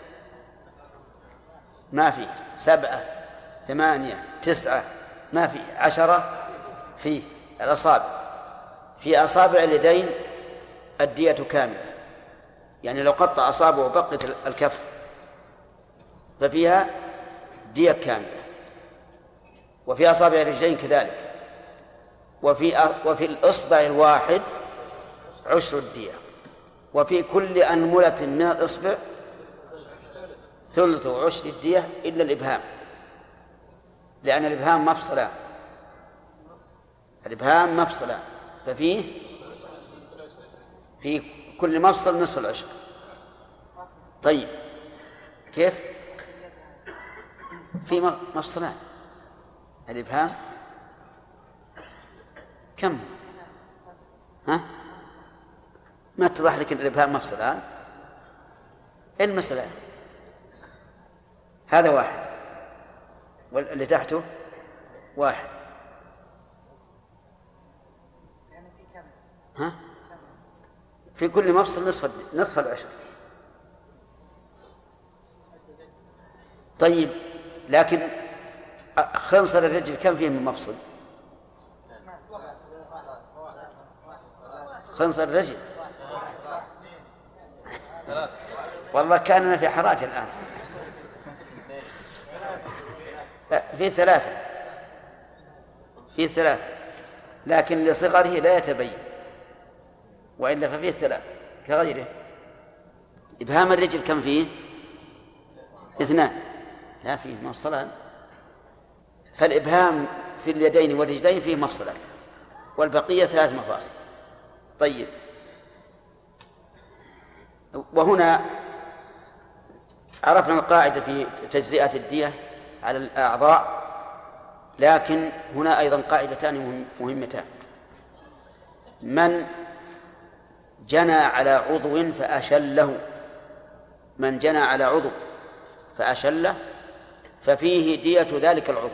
S1: ما في، 7 8 9 ما في، 10 في الأصابع. في أصابع اليدين الدية كاملة، يعني لو قطع أصابعه وبقت الكف ففيها دية كاملة. وفي أصابع الرجلين كذلك. وفي الإصبع الواحد 10 الدية. وفي كل أنملة من الإصبع 3/10 الدية إلا الإبهام، لأن الإبهام مفصلان، الإبهام مفصلان، ففيه في كل مفصل نصف العشر. طيب كيف؟ في مفصلان الإبهام كم؟ ها؟ ما اتضح لك الإبهام مفصلان؟ المسألة هذا واحد واللي تحته واحد. ها؟ في كل مفصل نصف العشر. طيب لكن خنصر الرجل كم فيه من مفصل؟ خنصر الرجل والله كاننا في حراج الآن. في 3 في 3 لكن لصغره لا يتبين، وإلا ففيه 3 كغيره. إبهام الرجل كم فيه؟ 2 لا فيه مفصلان. فالإبهام في اليدين والرجلين فيه مفصلان والبقية 3 مفاصل. طيب وهنا عرفنا القاعدة في تجزئة الدية على الأعضاء، لكن هنا أيضا قاعدتان مهمتان. من جنى على عضو فأشله، من جنى على عضو فأشله ففيه دية ذلك العضو،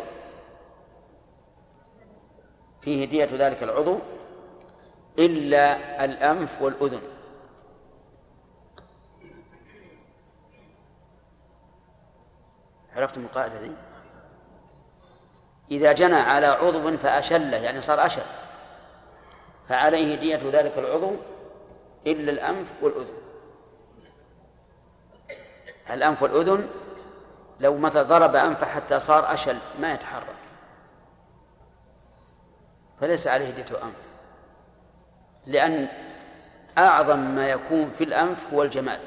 S1: فيه دية ذلك العضو إلا الأنف والأذن. عرفتم القاعدة دي؟ إذا جنى على عضو فأشله يعني صار أشل فعليه دية ذلك العضو إلا الأنف والأذن. الأنف والأذن لو مثلا ضرب أنفه حتى صار أشل ما يتحرك فليس عليه دية أنف، لأن أعظم ما يكون في الأنف هو الجمال،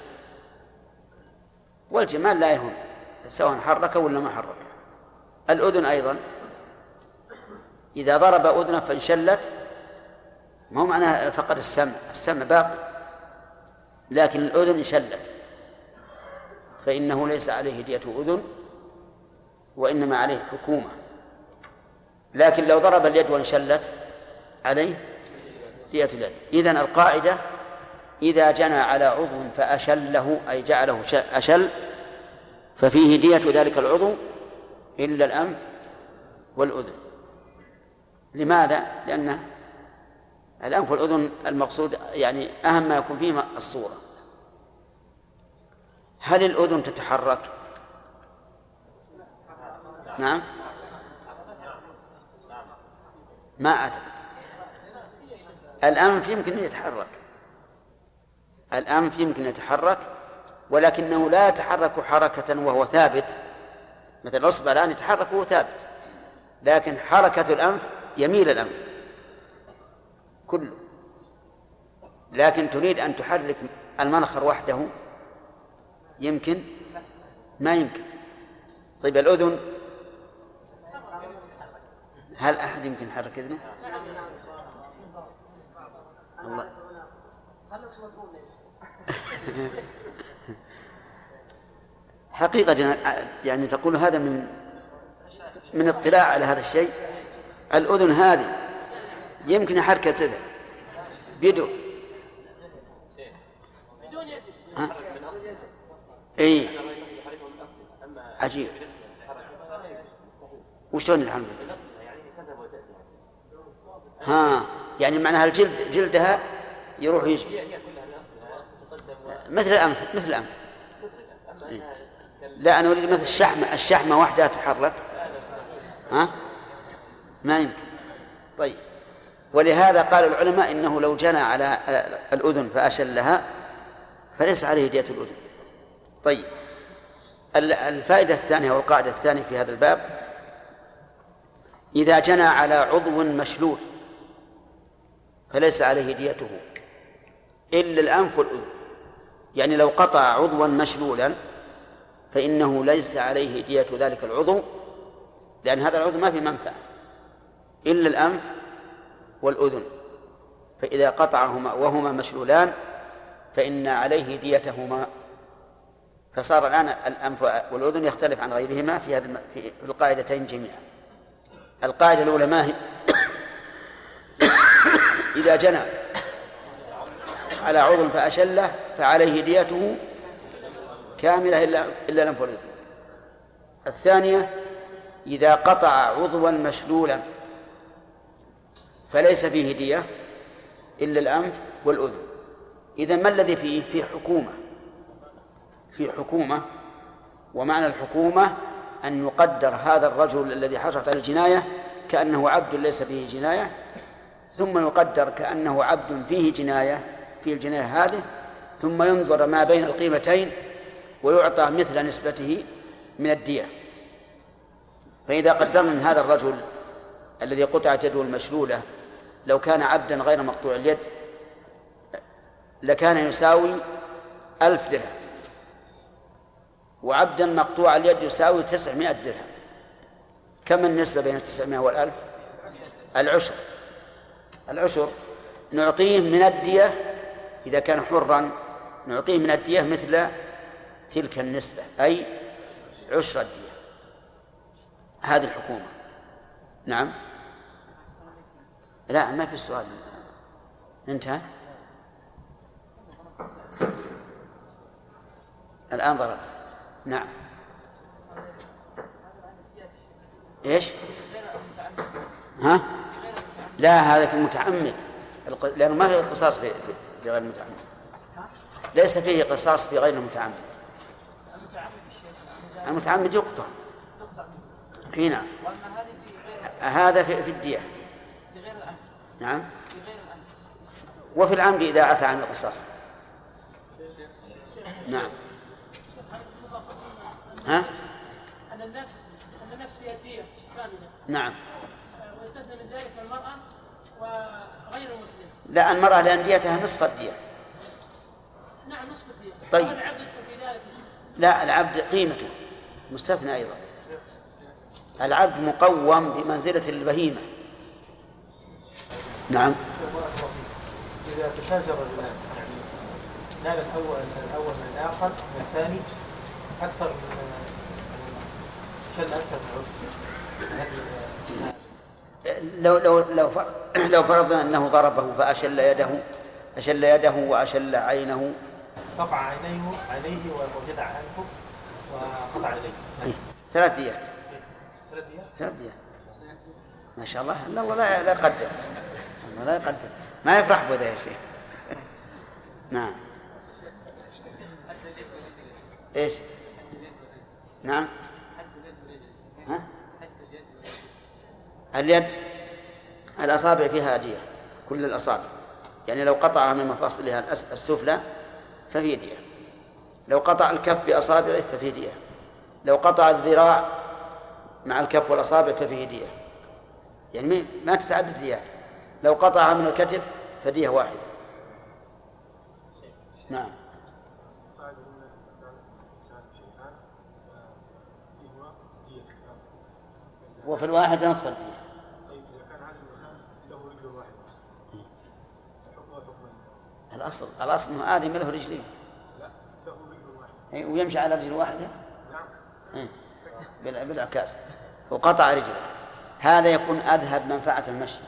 S1: والجمال لا يهم سواء حرك ولا ما حرك. الأذن أيضا إذا ضرب أذنه فانشلت ما هو معناه فقد السمع باقي، لكن الأذن انشلت فإنه ليس عليه دية أذن وإنما عليه حكومة. لكن لو ضرب اليد وانشلت عليه دية اليد. إذن القاعدة إذا جنى على عضو فأشله أي جعله أشل ففيه دية ذلك العضو إلا الأنف والأذن. لماذا؟ لأن الأنف والأذن المقصود يعني أهم ما يكون فيه الصورة. هل الأذن تتحرك؟ نعم ما أعتقد. الأنف يمكن أن يتحرك، الأنف يمكن أن يتحرك ولكنه لا يتحرك حركة وهو ثابت، مثل الأصبع الآن يتحرك وهو ثابت، لكن حركة الأنف يميل الأنف كله. لكن تريد أن تحرك المنخر وحده يمكن؟ ما يمكن. طيب الأذن هل أحد يمكن يحرك إذنه؟ الله حقيقة يعني تقول هذا من اطلاع على هذا الشيء. الأذن هذه يمكن حركة ذا بدون عجيب. وشلون يلحم؟ ها، يعني معناها الجلد جلدها يروح يجي مثل الأنف. لا، أنا أريد مثل الشحمة وحدها تتحرك. ها، ما يمكن. طيب، ولهذا قال العلماء إنه لو جنى على الأذن فأشلها فليس عليه دية الأذن. طيب، الفائدة الثانية والقاعدة الثانية في هذا الباب: إذا جنى على عضو مشلول فليس عليه ديته إلا الأنف والأذن. يعني لو قطع عضوا مشلولا فإنه ليس عليه دية ذلك العضو، لأن هذا العضو ما في منفعة إلا الأنف والأذن، فإذا قطعهما وهما مشلولان فإن عليه ديتهما. فصار الآن الأنف والأذن يختلف عن غيرهما في القاعدتين جميعا. القاعدة الأولى ما هي؟ إذا جنى على عضو فأشله فعليه ديته كاملة إلا الأنف والأذن. الثانية: إذا قطع عضوا مشلولا فليس فيه دية إلا الأنف والأذن. إذن ما الذي فيه؟ في حكومة. ومعنى الحكومة أن يقدر هذا الرجل الذي حصلت على الجناية كأنه عبد ليس فيه جناية، ثم يقدر كأنه عبد فيه جناية في الجناية هذه، ثم ينظر ما بين القيمتين ويعطى مثل نسبته من الدية. فإذا قدرنا أن هذا الرجل الذي قطعت يده المشلولة لو كان عبدا غير مقطوع اليد لكان يساوي 1000 درهم، وعبدا مقطوع اليد يساوي 900 درهم. كم النسبة بين 900 والألف؟ العشر. نعطيه من الدية إذا كان حرا، نعطيه من الدية مثل تلك النسبة، أي عشر الدية. هذه الحكومة. نعم. لا، ما في سؤال. انتهى. الآن ضربت. نعم. إيش؟ ها؟ لا، هذا في المتعمد، لأنه ما فيه قصاص في غير المتعمد. ليس فيه قصاص في غير المتعمد. المتعمد يقطع هنا. هذا في الدية. نعم. وفي العمد إذا عفى عن القصاص. نعم. ها؟
S3: أن النفس فيها دية كاملة.
S1: نعم.
S3: ويستثنى من ذلك المرأة وغير المسلم.
S1: لا، المرأة لأن ديتها نصف الدية.
S3: نعم، نصف الدية.
S1: طيب.
S3: العبد يدخل في ذلك.
S1: لا، العبد قيمته مستثنى أيضا. العبد مقوم بمنزلة البهيمة. نعم.
S5: إذا تشاجر الرجلان يعني نال الأول من الآخر من الثاني أكثر من شل أكثر من عضو.
S1: لو فرضنا أنه ضربه فأشل يده وأشل عينه،
S5: قطع عينيه وجدع عنه وقطع يديه.
S1: 3 ديات. 3 ديات. ما شاء الله. الله لا يقدر. الله لا يقدر. ما يفرح بهذا يا شيخ. نعم. إيش؟ نعم. ها؟ اليد الأصابع فيها دية، كل الأصابع. يعني لو قطعها من مفاصلها السفلى ففي دية، لو قطع الكف بأصابعه ففي دية، لو قطع الذراع مع الكف والأصابع ففيه دية. يعني ما تتعدد ديات. لو قطعها من الكتف فدية واحدة. نعم. وفي الواحد نصف الدية.
S8: طيب إذا كان هذا الإنسان له رجل واحدة
S1: الأصل أنه آدم له رجلين.
S8: لا، له رجل واحدة.
S1: ويمشي على رجل واحدة.
S8: نعم.
S1: بالعكاز وقطع رجله، هذا يكون أذهب منفعة المشي.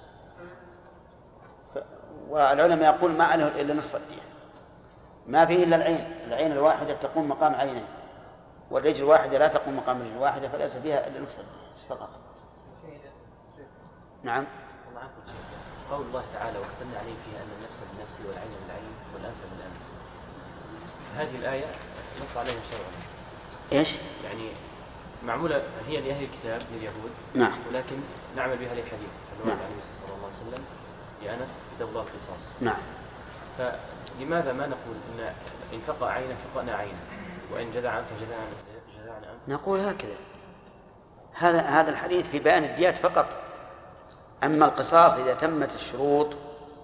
S1: والعلماء يقول ما عليه إلا نصف الدية، ما فيه إلا العين الواحدة تقوم مقام عينين. والرجل الواحدة لا تقوم مقام الرجل الواحدة فليس فيها إلا نصف فقط. نعم.
S10: قول الله تعالى وكتبنا عليه فيها أن النفس بالنفس والعين بالعين والأنف بالأنف، هذه الآية نص عليها شرعا.
S1: إيش؟
S10: يعني معمولة هي لأهل الكتاب لليهود،
S1: نعم،
S10: ولكن نعمل بها للحديث النبي عليه صلى الله عليه وسلم لأنس كتب الله القصاص.
S1: نعم.
S10: فلماذا ما نقول إن إن فقع عينا فقعنا عينا وإن جدع أنف جدعنا أنف؟
S1: نقول هكذا. هذا الحديث في بيان الديات فقط. أما القصاص إذا تمت الشروط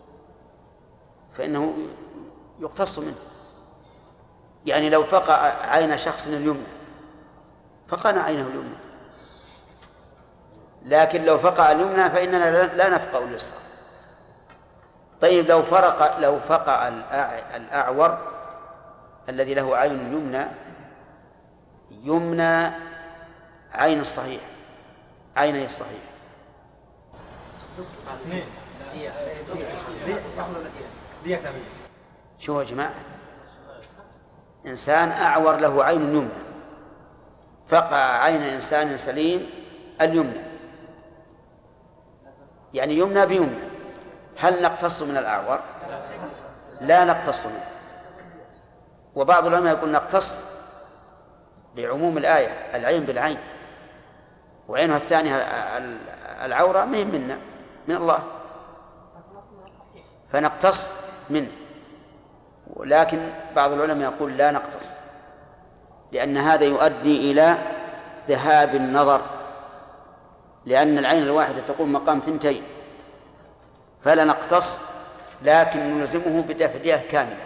S1: فإنه يقتص منه. يعني لو فقع عين شخص اليمنى فقعنا عينه اليمنى، لكن لو فقع اليمنى فإننا لا نفقع اليسرى. طيب لو فقع الأعور الذي له عين يمنى عين الصحيح، عيني الصحيح، شو يا جماعة؟ إنسان أعور له عين يمنى فقع عين إنسان سليم اليمنى، يعني يمنى بيمنى، هل نقتص من الأعور؟ لا نقتص منه. وبعض العلماء يقول نقتص لعموم الآية، العين بالعين، وعينها الثانية العورة منا من الله، فنقتص منه. ولكن بعض العلماء يقول لا نقتص، لأن هذا يؤدي إلى ذهاب النظر، لأن العين الواحدة تقوم مقام 2، فلا نقتص، لكن نلزمه بدفعية كاملة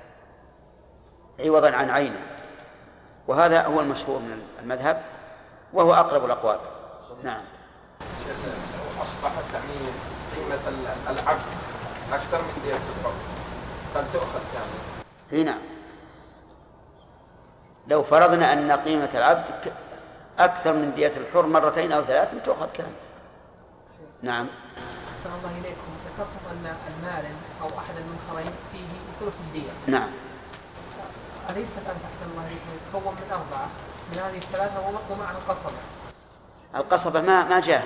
S1: عوضا عن عينه. وهذا هو المشهور من المذهب وهو أقرب الأقوال. نعم.
S11: أصبح تعميم قيمة العبد أكثر من دية الحر، هل تؤخذ كاملة؟
S1: نعم. لو فرضنا أن قيمة العبد أكثر من دية الحر 2 أو 3 تؤخذ كاملة. نعم.
S3: أحسن الله إليكم، ذكرتم أن المال أو أحد المنخرين فيه ثلث الدية.
S1: نعم.
S3: أليس الآن أحسن الله إليكم يتكون من 4 من هذه 3 ومعها القصبة؟
S1: القصبة ما جاء،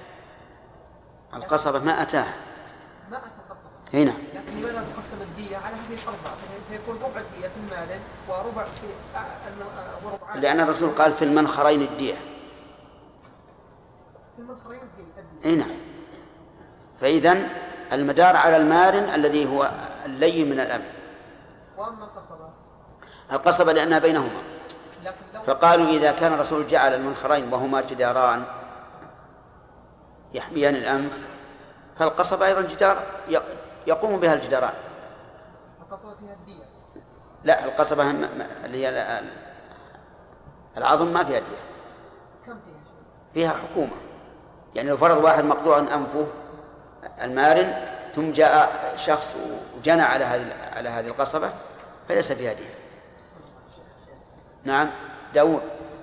S1: القصبة ما أتاه.
S3: ما أتى القصبة.
S1: هنا.
S3: لكن لماذا تقسم الدية على هذه ال4؟ فيكون ربع الدية في المال وربع في
S1: لأن الرسول قال في المنخرين الدية.
S3: في المنخرين الدية.
S1: هنا. فإذن المدار على المارن الذي هو اللين من الأمر.
S3: وأما القصبة؟
S1: القصبة لأنها بينهما، فقالوا إذا كان الرسول جعل المنخرين وهما جداران يحميان الأنف، فالقصبة أيضا جدار يقوم بها الجداران.
S3: القصبة فيها الدية؟
S1: لا، القصبة اللي هي العظم ما فيها دية.
S3: كم
S1: فيها حكومة. يعني لو فرض واحد مقطوع أنفه المارن ثم جاء شخص وجنى على هذه القصبة فليس فيها دية. نعم. داود.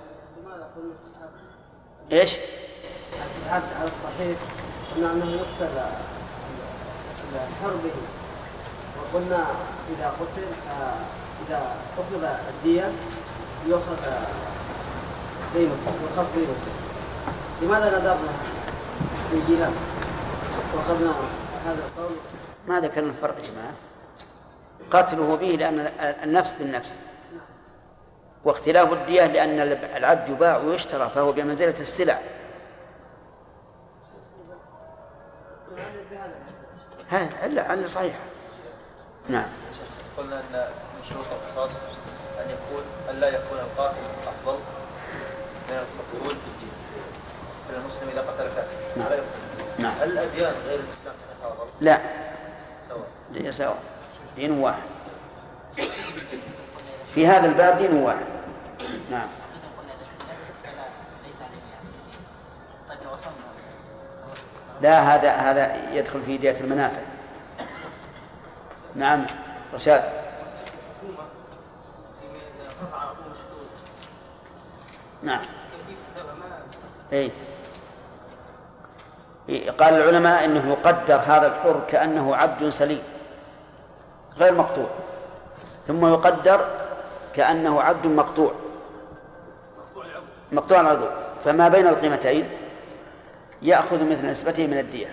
S1: ايش؟
S12: على الصحيح قلنا انه يقتل الحر به، وقلنا اذا قتل اذا اخذ الدية يؤخذ قيمته ويخاف قيمته. لماذا نظرنا في الجهاد واخذنا هذا القول؟
S1: ما ذكرنا الفرق يا جماعة. قتله به لأن النفس بالنفس، واختلاف الدية لأن العبد يباع ويشترى فهو بمنزلة السلع. هذا صحيح. نعم.
S4: قلنا أن من شروط القصاص أن لا يكون القاتل أفضل من المقتول في الدين. المسلم إذا قتل كافر لا يقتل.
S1: نعم.
S4: هل الأديان غير الإسلام تتفاضل؟
S1: لا،
S4: سواء.
S1: سواء، دين واحد في هذا الباب، دين واحد. نعم. لا، هذا يدخل في دية المنافع. نعم. رشاد. نعم. اي قال العلماء انه يقدر هذا الحر كأنه عبد سليم غير مقطوع، ثم يقدر كأنه عبد مقطوع، مقطوع العضو، فما بين القيمتين يأخذ مثل نسبته من الدية،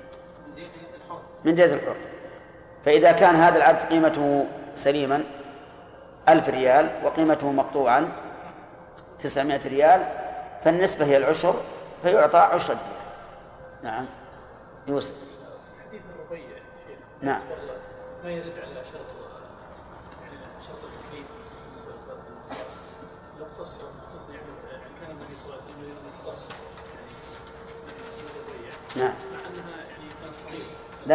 S1: من دية الحر. فإذا كان هذا العبد قيمته سليما 1000 ريال وقيمته مقطوعا 900 ريال، فالنسبة هي العشر، فيعطى عشر الدية. نعم يوسف.
S5: حديث الربيع شيخ.
S1: نعم.
S5: ما يرجع إلى شرط التكليف لو اختص يعني كان النبي صلى الله عليه وسلم يختص يعني الربيع.
S1: نعم.
S5: مع أنها يعني كانت صغيرة.
S1: لا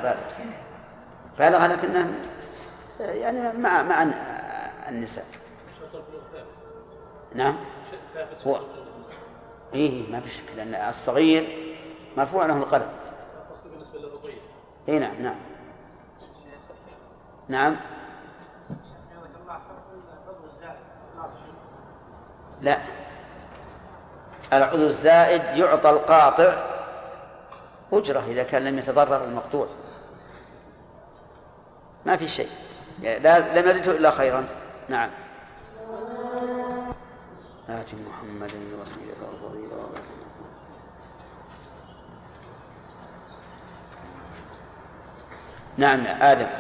S1: بالغ لكنه يعني مع النساء. نعم هو ما بشك، لأن الصغير مرفوع له القلم.
S5: بالنسبة للربيع.
S1: نعم. نعم. لا، العضو الزائد يعطى القاطع أجرة إذا كان لم يتضرر المقطوع، ما في شيء، لم يزده إلا خيرا. نعم. آت محمد الوسيلة والفضيلة والرسول. نعم يا آدم.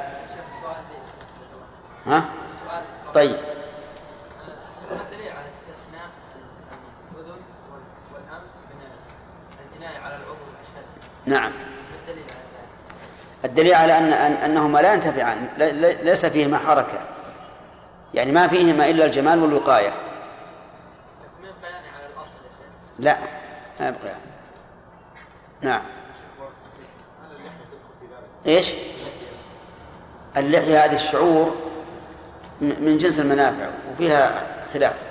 S1: ها؟ طيب.
S13: ما الدليل على استثناء الأذن والأنف من الجناية على العضو الأشد؟
S1: نعم. الدليل على أنهما لا ينتفعان، ليس فيهما حركة، يعني ما فيهما إلا الجمال والوقاية.
S13: ما يبقى يعني على الأصل؟
S1: لا ما يبقى يعني. نعم. إيش؟ اللحية هذه الشعور من جنس المنافع وفيها خلاف.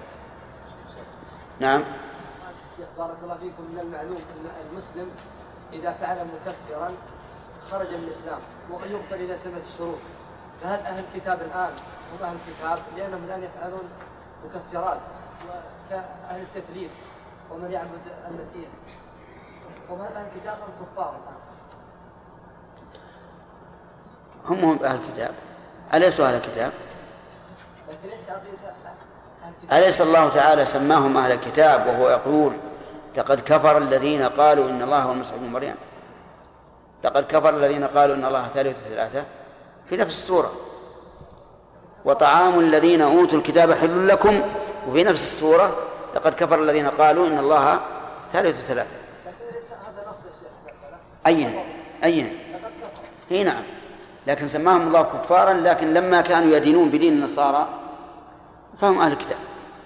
S1: نعم.
S3: بارك الله فيكم. من المعلوم أن المسلم إذا فعل مكفرا خرج من الإسلام ويقتل إذا تمت الشروط، فهل أهل الكتاب الآن هم أهل الكتاب لأنهم الآن يفعلون مكفرات كأهل التثليث ومن يعبد المسيح، وهل أهل الكتاب هم كفار الآن؟
S1: هم أهل الكتاب، أليسوا أهل الكتاب؟ أليس الله تعالى سماهم أهل الكتاب وهو يقول لقد كفر الذين قالوا إن الله هو المسيح ابن مريم، لقد كفر الذين قالوا إن الله ثالث ثلاثة في نفس السورة، وطعام الذين أوتوا الكتاب حل لكم، وفي نفس السورة لقد كفر الذين قالوا إن الله ثالث ثلاثة. أين هي نعم، لكن سماهم الله كفارا، لكن لما كانوا يدينون بدين النصارى فهم أهل الكتاب.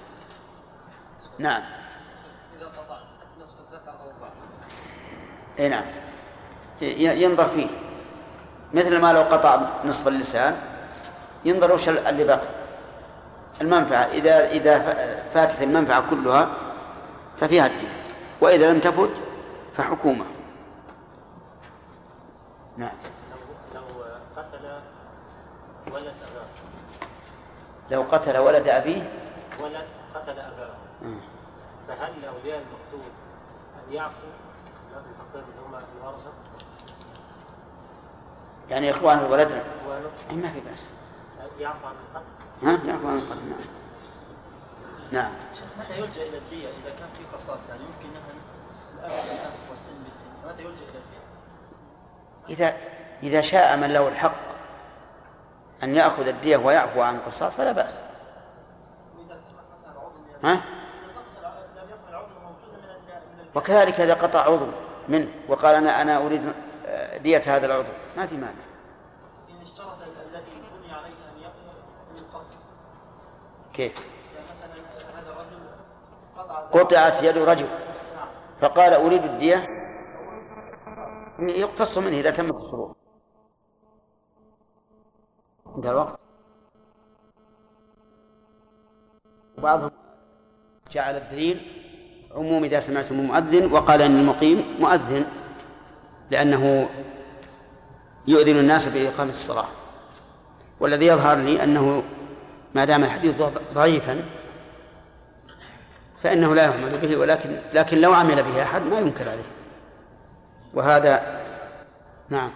S1: نعم.
S3: إذا قطع نصف الذكر أو البعض.
S1: نعم ينظر فيه، مثل ما لو قطع نصف اللسان ينظر وش اللي باقي المنفعة. إذا فاتت المنفعة كلها ففيها الدين، وإذا لم تفت فحكومة. نعم. لو قتل ولد أبيه
S7: ولد قتل أباه، فهل لأولياء المقتول أن يعفوا لا بالفقير هم الورثة؟
S1: يعني إخوان الولد ما في بأس
S7: يعفو عن القتل.
S1: يعفو عن القتل. نعم.
S14: متى يلجأ إلى الدية إذا كان في قصاص؟ يعني يمكن نهن الأنف والسن بالسن، متى يلجأ إلى الدية؟
S1: إذا شاء من له الحق أن يأخذ الدية ويعفو عن القصاص فلا بأس. وكذلك إذا قطع عضو منه وقال أنا أريد دية هذا العضو ما في مانع.
S14: إن اشترط الذي بني عليه أن يقضي القصر.
S1: كيف؟
S14: يعني مثلا هذا الرجل
S1: قطعت يد رجل فقال أريد الدية، يقتص منه إذا تمت الشروط. انتهى الوقت. وبعضهم جعل الدليل عموم إذا سمعتم مؤذن، وقال أن المقيم مؤذن لأنه يؤذن الناس بإقامة الصلاة. والذي يظهر لي أنه ما دام الحديث ضعيفا فإنه لا يعمل به، لكن لو عمل به أحد ما ينكر عليه. وهذا نعم.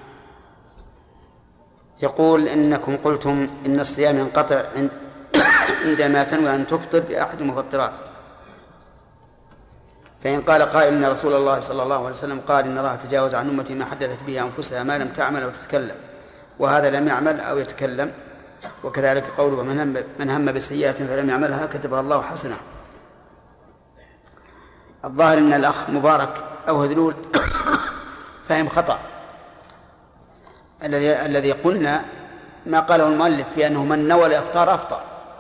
S1: يقول إنكم قلتم إن الصيام ينقطع عندما تنوي أن تفطر بأحد المفطرات، فإن قال قائل إن رسول الله صلى الله عليه وسلم قال إن الله تجاوز عن أمتي ما حدثت به أنفسها ما لم تعمل أو تتكلم، وهذا لم يعمل أو يتكلم. وكذلك قوله من هم بسيئة فلم يعملها كتبها الله حسنة. الظاهر أن الأخ مبارك أو هذلول فهم خطأ. الذي قلنا ما قاله المؤلف في أنه من نوى الإفطار أفطر،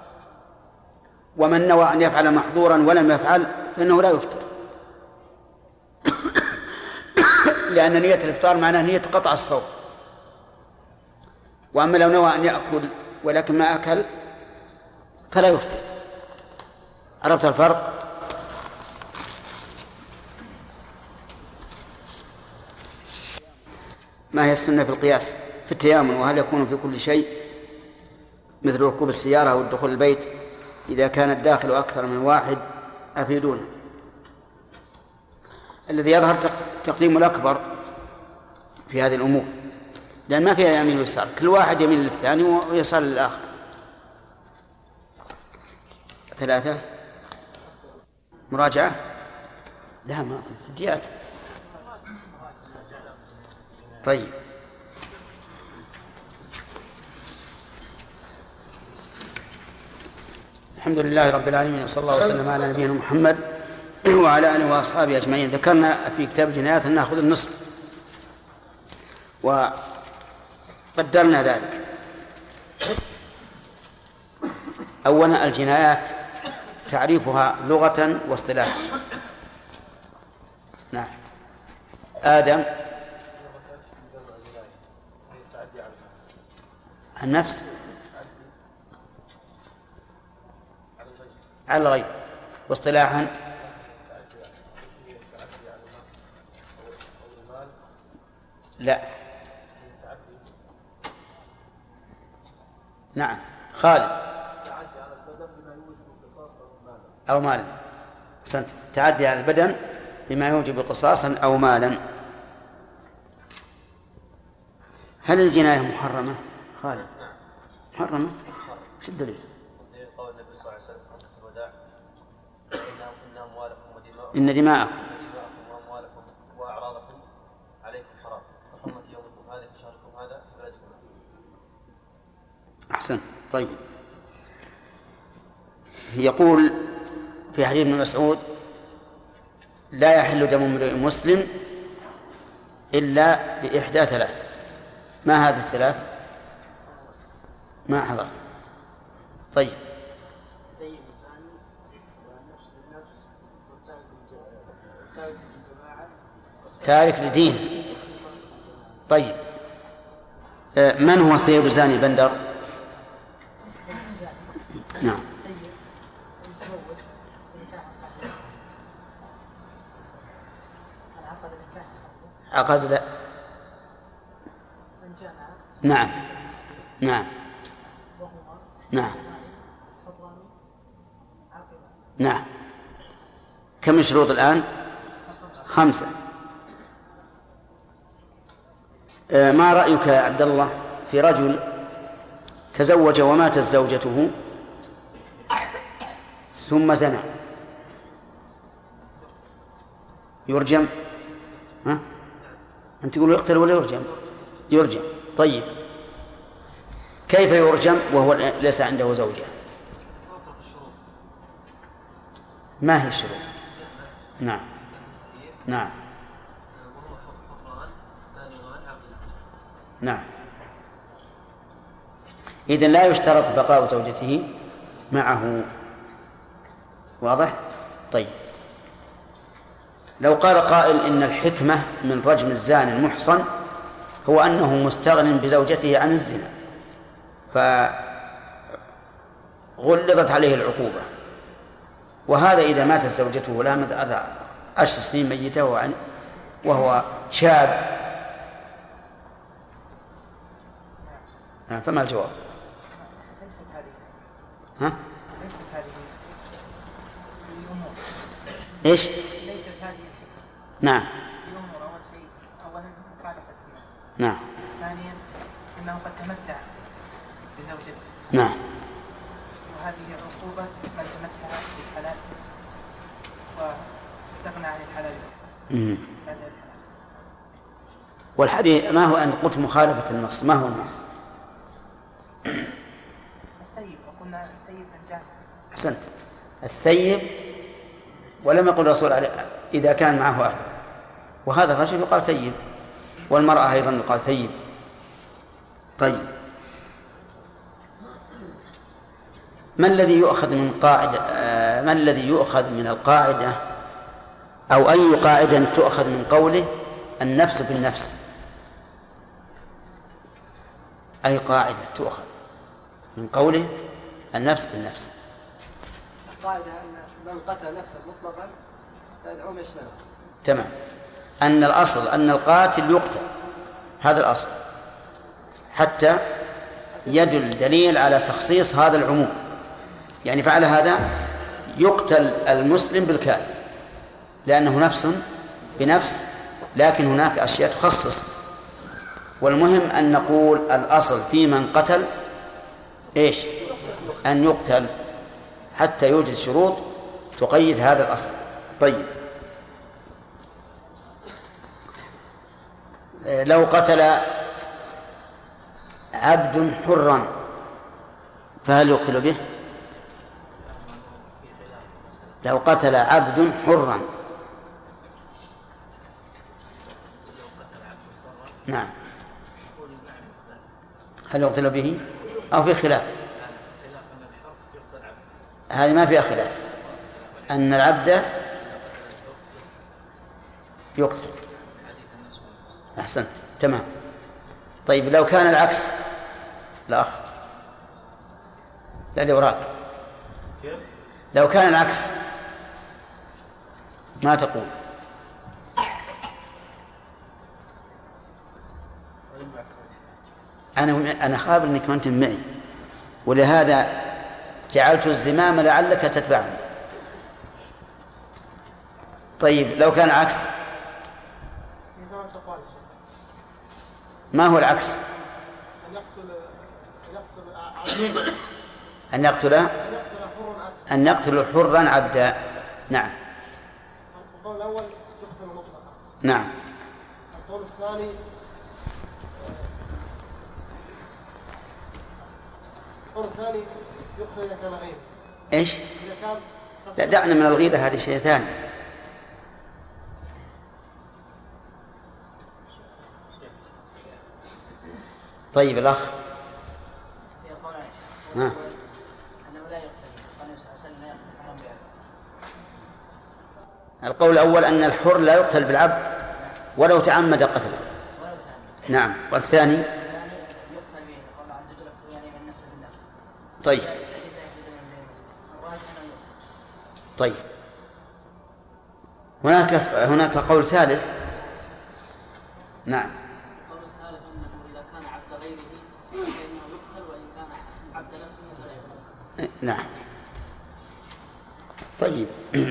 S1: ومن نوى أن يفعل محظورا ولم يفعل فإنه لا يفطر، لأن نية الإفطار معناه نية قطع الصوم. وأما لو نوى أن يأكل ولكن ما أكل فلا يفطر. عرفت الفرق؟ ما هي السنة في القياس في التيامن؟ وهل يكون في كل شيء مثل ركوب السيارة أو الدخول البيت إذا كان الداخل أكثر من واحد؟ أفيدونا. الذي يظهر تقديم الأكبر في هذه الأمور، لأن ما فيها يمين ويسار، كل واحد يمين للثاني ويسار للآخر. 3 مراجعة؟ لا، ما فديات. طيب، الحمد لله رب العالمين، وصلى الله وسلم على نبينا محمد وعلى آله وأصحابه أجمعين. ذكرنا في كتاب الجنايات أن نأخذ النصف، وقدرنا ذلك. أولا الجنايات تعريفها لغة واصطلاحا. نعم. آدم النفس على الغيب، واصطلاحا لا. نعم خالد. أو مالا. أحسنت. تعدي على البدن بما يوجب قصاصا أو مالا. هل الجناية محرمة؟ خالد محرمة؟ وش الدليل؟
S10: قول النبي صلى الله عليه وسلم في الوداع: إن أموالكم ودماءكم
S1: إن دماءكم
S10: وأموالكم وأعراضكم عليكم حرام، كحرمة يومكم هذا في شهركم هذا في بلدكم.
S1: أحسنت. طيب، يقول في حديث ابن مسعود: لا يحل دم امرئ مسلم إلا بإحدى 3. ما هذه الثلاث؟ ما حضرت. طيب، تارك لدين. طيب، من هو ثيب الزاني بندر؟ نعم. عقد لا. نعم نعم نعم نعم. كم الشروط الآن؟ 5. ما رأيك يا عبد الله في رجل تزوج وماتت زوجته ثم زنى؟ يرجم؟ ها؟ أنت تقول يقتل ولا يرجم؟ يرجم. طيب، كيف يرجم وهو ليس عنده زوجة؟ ما هي الشروط؟ نعم نعم نعم. إذن لا يشترط بقاء زوجته معه. واضح؟ طيب، لو قال قائل إن الحكمة من رجم الزاني المحصن هو أنه مستغن بزوجته عن الزنا، فغلظت عليه العقوبة، وهذا إذا ماتت زوجته لا مدى 10 سنين ميتة وهو شاب، فما الجواب؟
S2: ليست هذه.
S1: ها؟
S2: ليست هذه الأمور.
S1: إيش؟
S2: ليست هذه الحكمة.
S1: نعم.
S2: الأمور أول شيء، أولا مخالفة الناس.
S1: نعم.
S2: ثانيا أنه قد تمتع بزوجته.
S1: نعم.
S2: وهذه عقوبة من تمتع بالحلال استغنى عن الحلال.
S1: والحديث ما هو أن قلت مخالفة النص، ما هو النص؟
S2: الثيب، وقلنا الثيب الجامع.
S1: أحسنت، الثيب، ولم يقل الرسول إذا كان معه أهله، وهذا الرجل يقال ثيب، والمرأة أيضا يقال ثيب. طيب، ما الذي يؤخذ من قاعدة، ما الذي يؤخذ من القاعدة، أو أي قاعدة تؤخذ من قوله النفس بالنفس؟ أي قاعدة تؤخذ من قوله النفس بالنفس؟
S3: القاعدة أن من قتل نفسا مطلقا فيدعوم يشمله.
S1: تمام، أن الأصل أن القاتل يقتل، هذا الأصل، حتى يدل دليل على تخصيص هذا العموم. يعني فعل هذا يقتل المسلم بالكافر لأنه نفس بنفس، لكن هناك أشياء تخصص. والمهم أن نقول الأصل في من قتل إيش؟ أن يقتل، حتى يوجد شروط تقيد هذا الأصل. طيب، لو قتل عبد حرا فهل يقتل به؟ لو قتل عبد حرا، نعم، هل يقتل به أو في خلاف؟ هذه ما فيها خلاف، أن العبد يقتل. أحسنت، تمام. طيب، لو كان العكس، الأخ لا وراك، لو كان العكس ما تقول؟ أنا خابر أنك ما أنت معي، ولهذا جعلت الزمام لعلك تتبعني. طيب، لو كان العكس، ما هو العكس؟ أن يقتل حرا عبدا. نعم.
S8: القول الأول يقتل مطلقا.
S1: نعم.
S8: القول الثاني يقتل إذا كان غيره.
S1: إيش؟ لا، دعنا من الغيرة، هذه شيء ثاني. طيب، الأخ ها. القول الأول أن الحر لا يقتل بالعبد ولو تعمد قتله. نعم. والثاني؟ طيب. طيب، هناك قول ثالث. نعم.
S3: القول الثالث أنه إذا كان عبد غيره فإنه يقتل، وإن كان عبد نفسه فلا يقتل.
S1: نعم. طيب،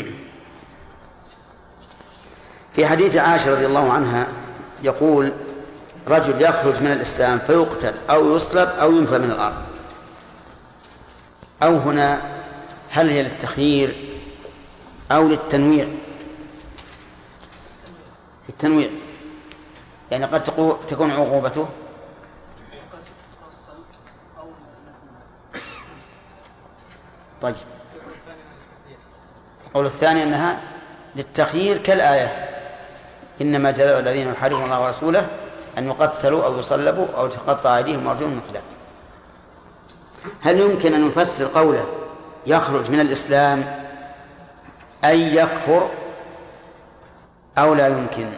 S1: في حديث عائشة رضي الله عنها يقول: رجل يخرج من الإسلام فيقتل أو يصلب أو ينفى من الأرض. أو هنا هل هي للتخيير أو للتنويع؟ التنويع، يعني قد تكون عقوبته. طيب، القول الثاني أنها للتخيير كالآية: إنما جزاء الذين يحاربون الله ورسوله أن يقتلوا أو يصلبوا أو تقطع أيديهم وأرجلهم من خلاف. هل يمكن أن نفسر قوله يخرج من الإسلام أي يكفر أو لا يمكن؟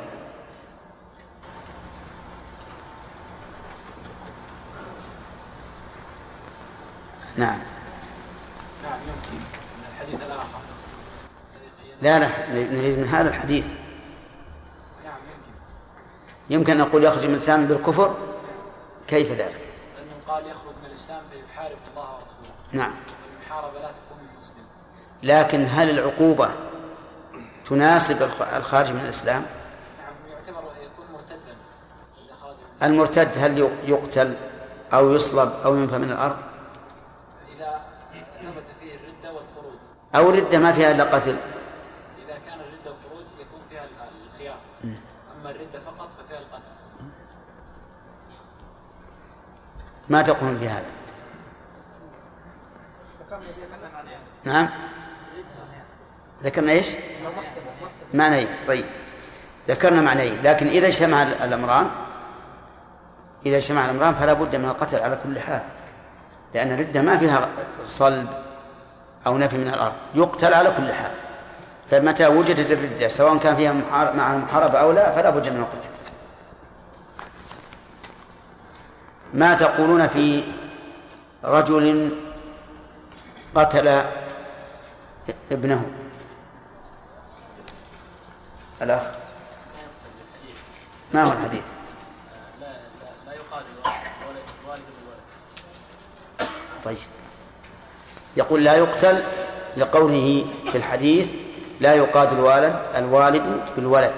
S1: نعم.
S6: نعم، يمكن من الحديث الآخر.
S1: لا، نريد من هذا الحديث.
S6: نعم،
S1: يمكن أن نقول يخرج من الإسلام بالكفر. كيف ذلك؟
S6: لأنه قال يخرج من الإسلام فيحارب الله ورسوله.
S1: نعم.
S6: والمحاربة لا تكون من المسلم.
S1: لكن هل العقوبة تناسب الخارج من الإسلام؟
S6: نعم، يعتبر يكون مرتدا.
S1: المرتد هل يقتل أو يصلب أو ينفى من الأرض؟
S6: إذا ثبت فيه الردة والخروج.
S1: أو الردة ما فيها إلا قتل.
S6: إذا كان الردة والخروج
S1: ما تقولون في هذا؟ نعم ذكرنا إيش؟ معنيين. طيب ذكرنا معنيين، لكن إذا اجتمع الأمران فلا بد من القتل على كل حال، لأن الردة ما فيها صلب أو نفي من الأرض، يقتل على كل حال. فمتى وجدت الردة سواء كان فيها مع المحاربة أو لا فلا بد من القتل. ما تقولون في رجل قتل ابنه؟ الأخ ما هو الحديث؟
S14: لا يقال الوالد بالولد.
S1: طيب يقول لا يقتل لقوله في الحديث لا يقاد الوالد بالولد.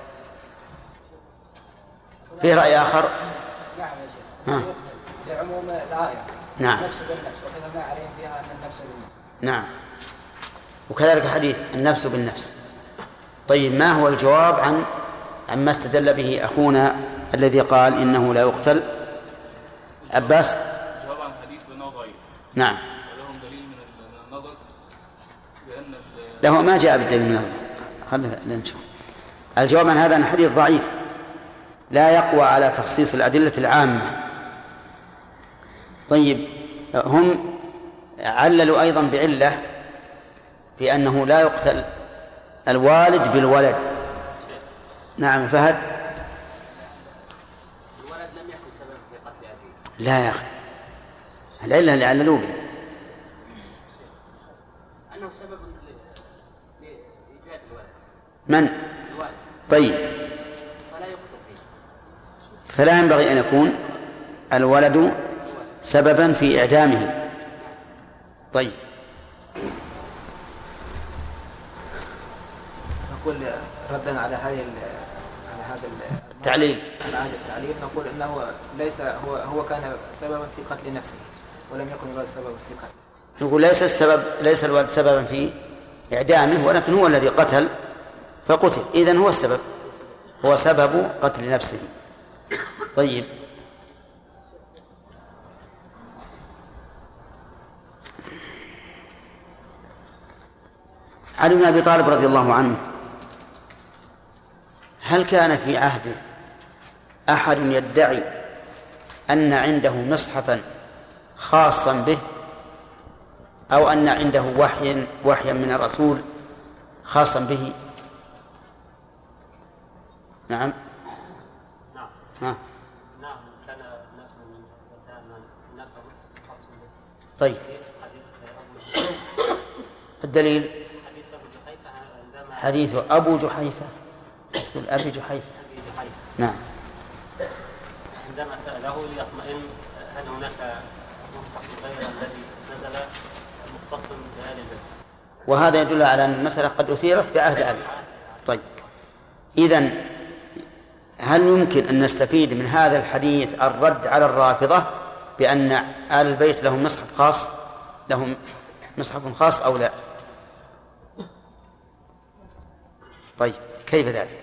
S1: في رأي آخر؟
S12: نعم لعموم الآية.
S1: نعم.
S12: نفس بالنفس وكتبنا عليهم فيها أن النفس بالنفس.
S1: نعم. وكذلك حديث النفس بالنفس. طيب ما هو الجواب عن ما استدل به أخونا الذي قال إنه لا يقتل؟ عباس.
S9: الجواب عن الحديث بأنه ضعيف.
S1: نعم.
S9: ولهم دليل من النظر بأن
S1: له ما جاء بالدليل من النظر. خلينا نشوف. الجواب عن هذا أن الحديث ضعيف لا يقوى على تخصيص الأدلة العامة. طيب هم عللوا أيضا بعلة بأنه لا يقتل الوالد بالولد. نعم فهد.
S10: الولد لم يكن سببا في قتل أبيه.
S1: لا يا أخي العلة اللي عللوا بها
S10: أنه سبب لإيجاد الولد.
S1: من؟
S10: الوالد.
S1: طيب
S10: فلا يقتل به.
S1: فلا ينبغي أن يكون الولد سببا في إعدامه. طيب
S15: نقول ردا على هذا
S1: التعليل
S15: نقول انه ليس هو كان سببا في قتل نفسه ولم يكن الولد سببا في قتله.
S1: نقول ليس الولد سببا في إعدامه ولكن هو الذي قتل فقتل، إذن هو السبب، هو سبب قتل نفسه. طيب علي بن أبي طالب رضي الله عنه هل كان في عهده أحد يدعي أن عنده مصحفا خاصا به أو أن عنده وحيا من الرسول خاصا به؟ نعم.
S7: نعم كان هناك مصحف خاص به.
S1: طيب الدليل حديث أبو جحيفة. تقول أبي جحيفة. نعم.
S7: عندما سأله ليطمئن هل هناك مصحف غير الذي نزل مختص بآل البيت،
S1: وهذا يدل على أن المسألة قد أثيرت في عهد علي. طيب إذن هل يمكن أن نستفيد من هذا الحديث الرد على الرافضة بأن آل البيت لهم مصحف خاص، لهم مصحف خاص أو لا؟ طيب كيف ذلك؟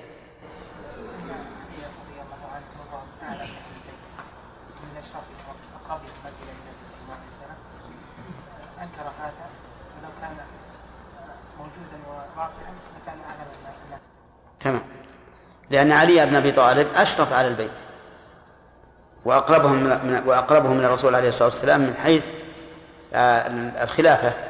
S2: أنكر هذا فلو كان موجودا وواقعا لكان أعلم الناس.
S1: تمام، لأن علي بن أبي طالب أشرف على البيت وأقربهم من الرسول عليه الصلاة والسلام من حيث الخلافة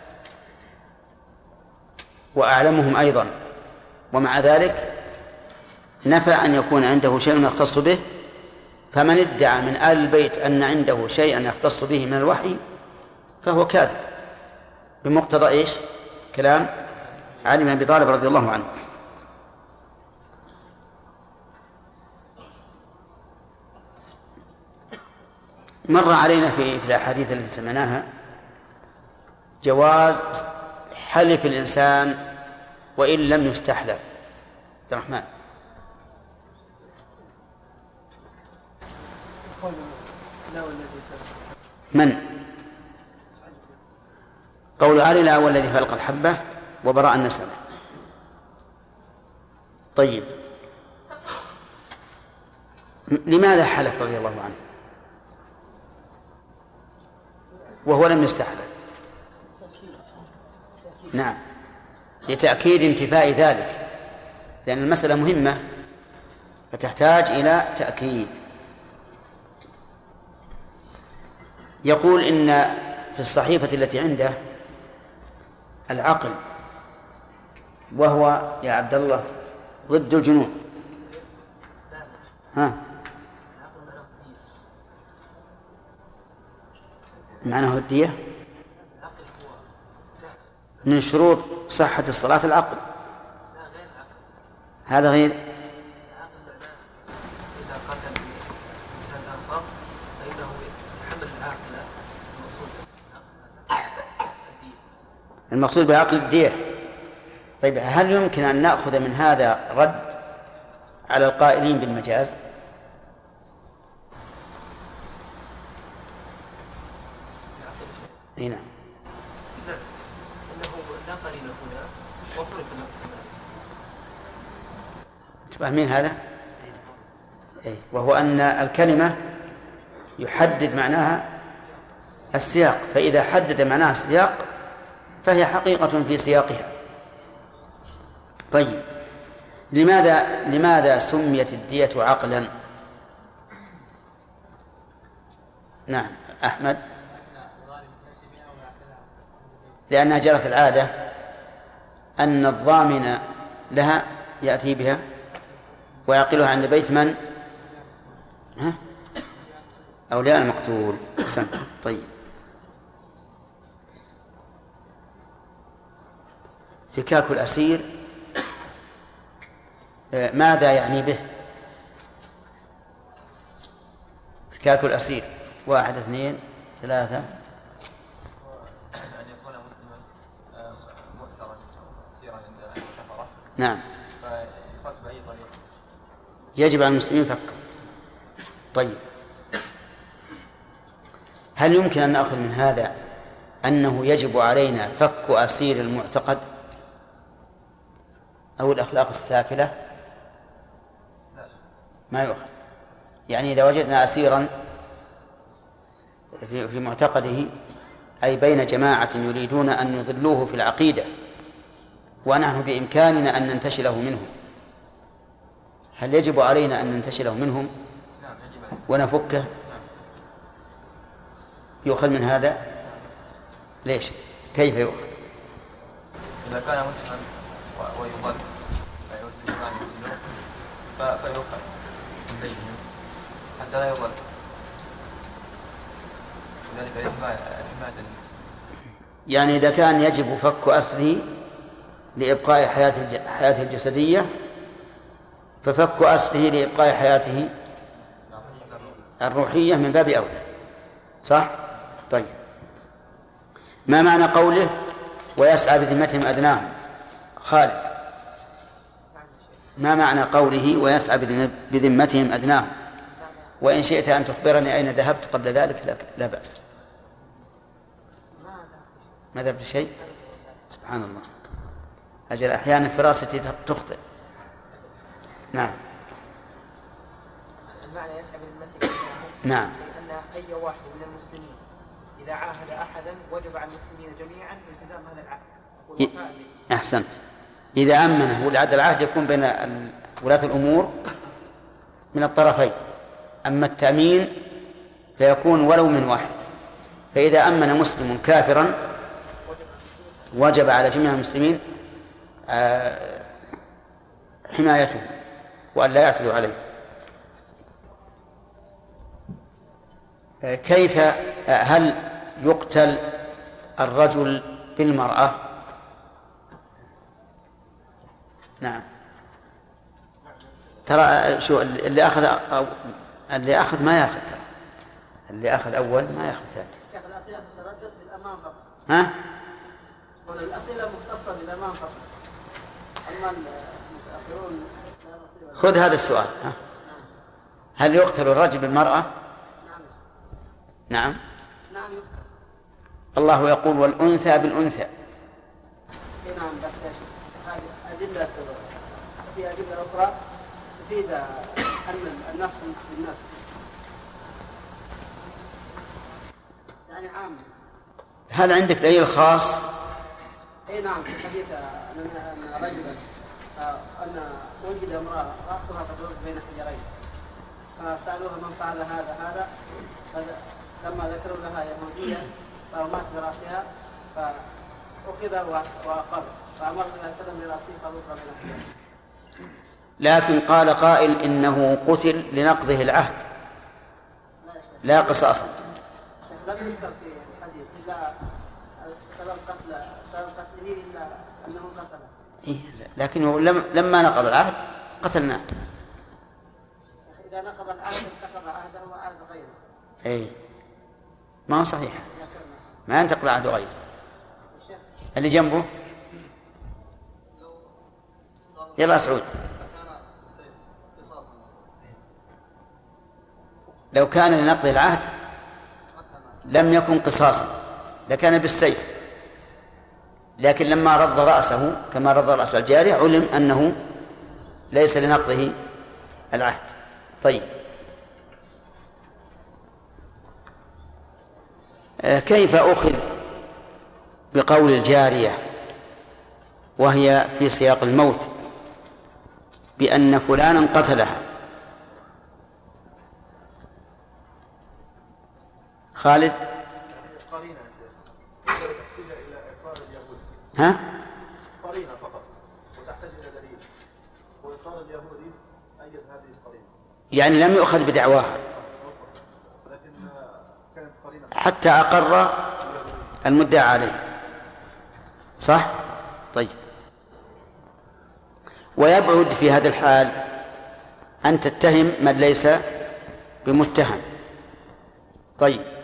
S1: وأعلمهم أيضا، ومع ذلك نفى أن يكون عنده شيء يختص به. فمن ادعى من آل البيت أن عنده شيئا يختص به من الوحي فهو كاذب بمقتضى إيش؟ كلام علي بن أبي طالب رضي الله عنه. مر علينا في الأحاديث التي سمعناها جواز حلف الإنسان وإن لم يستحلف. عبد الرحمن. من؟ قول علي لا هو الذي فلق الحبة وبراء النسمة. طيب لماذا حلف رضي الله عنه؟ وهو لم يستحلل. نعم، لتأكيد انتفاء ذلك، لأن المسألة مهمة فتحتاج إلى تأكيد. يقول إن في الصحيفة التي عنده العقل، وهو يا عبد الله ضد الجنون. ها، معناه الدية. من شروط صحة الصلاة العقل. هذا غير.
S13: إذا قتل إنسان آخر فإنه يتحمل العاقل
S1: المقصود بعقل الدية. طيب، هل يمكن أن نأخذ من هذا رد على القائلين بالمجاز؟ نعم.
S13: إنه لا قليل هنا وصرف له.
S1: تفهمين هذا؟ وهو أن الكلمة يحدد معناها السياق، فإذا حدد معناها السياق فهي حقيقة في سياقها. طيب، لماذا سميت الدية عقلا؟ نعم أحمد. لأنها جرت العادة أن الضامن لها يأتي بها ويعقلها عند بيت من؟ أولياء المقتول. طيب، فكاك الأسير ماذا يعني به؟ فكاك الأسير 1 2 3.
S16: أن يكون مسلما مؤسرا أسيرا عند الكفرة.
S1: نعم.
S16: فيفك بأي طريقة.
S1: يجب على المسلمين فكه. طيب، هل يمكن أن نأخذ من هذا أنه يجب علينا فك أسير المعتقد أو الأخلاق السافلة؟ ما يؤخذ. يعني إذا وجدنا أسيرا في معتقده، أي بين جماعة يريدون أن يضلوه في العقيدة ونحن بإمكاننا أن ننتشله منهم، هل يجب علينا أن ننتشله منهم ونفكه؟ يؤخذ من هذا؟ ليش؟ كيف يؤخذ؟
S16: إذا كان مسلما ويضل فيؤخذ من بينهم حتى لا يضل، ذلك حماية
S1: يعني إذا كان يجب فك أسره لإبقاء حياته الجسدية، ففك أسره لإبقاء حياته الروحية من باب أولى، صح؟ طيب، ما معنى قوله ويسعى بذمتهم أدناهم؟ خالد، ما معنى قوله ويسعى بذمتهم أدناهم؟ وإن شئت أن تخبرني أين ذهبت قبل ذلك لا بأس. ما ذهبت شيء؟ سبحان الله، أجل أحيانا فراستي تخطئ. نعم.
S17: المعنى يسعى بذمتهم.
S1: نعم.
S17: أن أي واحد من المسلمين إذا عاهد أحدا وجب على المسلمين جميعا التزام هذا العهد.
S1: أحسنت. إذا أمنه ولعد العهد يكون بين ولاة الأمور من الطرفين، أما التأمين فيكون ولو من واحد. فإذا أمن مسلم كافرا وجب على جميع المسلمين حمايته وأن لا يعتدوا عليه. كيف هل يقتل الرجل بالمرأة؟ نعم. ترى شو اللي أخذ ما يأخذ، ترى اللي أخذ أول ما يأخذ ثاني.
S17: الأسئلة تتردد بالأمام فقط.
S1: ها؟
S17: والأسئلة مختصة بالأمام فقط. أما المتأخرون
S1: خذ هذا السؤال. ها؟ هل يقتل الرجل بالمرأة؟ نعم.
S17: نعم.
S1: الله يقول والأنثى بالأنثى.
S17: نعم، بس هذه أدلة، في أدلة أخرى تفيد أن النفس بالنفس، يعني عام
S1: هل عندك دليل خاص؟
S8: اي نعم، في حديث ان رجلا ان وجد امراه راسها قد بين حجرين فسالوها من فعل هذا فلما ذكروا لها يهوديا فمات براسها فاخذ واقر فامر النبي صلى الله عليه وسلم براسه فضرب بين حجرين.
S1: لكن قال قائل إنه قتل لنقضه العهد لا قصاصا.
S8: لم يذكر في الحديث إلا سبب قتله إلا أنه قتله.
S1: لكنه لما نقض العهد قتلناه.
S8: إذا نقض العهد انتقض عهده وعهد غيره.
S1: إيه ما هو صحيح، ما ينتقض عهد غيره. اللي جنبه يلا سعود. لو كان لنقض العهد لم يكن قصاصا لكان بالسيف، لكن لما رض رأسه كما رض رأس الجارية علم أنه ليس لنقضه العهد. طيب، كيف أخذ بقول الجارية وهي في سياق الموت بأن فلانا قتلها؟ خالد. ها؟
S8: قرينة فقط وتحتاج إلى دليل، وإقرار اليهودي أيد هذه القرينة.
S1: يعني لم يؤخذ بدعواها
S8: لكن كانت قرينة
S1: حتى أقر المدعى عليه، صح؟ طيب، ويبعد في هذا الحال أن تتهم من ليس بمتهم. طيب،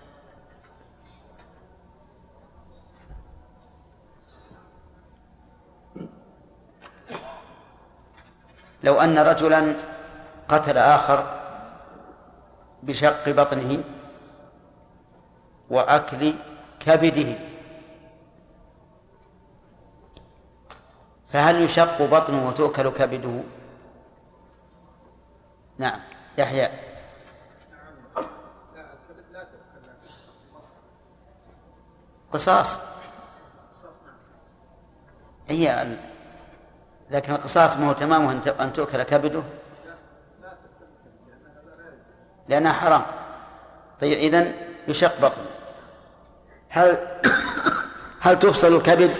S1: لو أن رجلا قتل آخر بشق بطنه وأكل كبده، فهل يشق بطنه وتؤكل كبده؟ نعم يحيى. قصاص هي، لكن القصاص ما هو تمامه أن تؤكل كبده لأنها حرام. طيب، إذن يشق بطنه. هل تفصل الكبد؟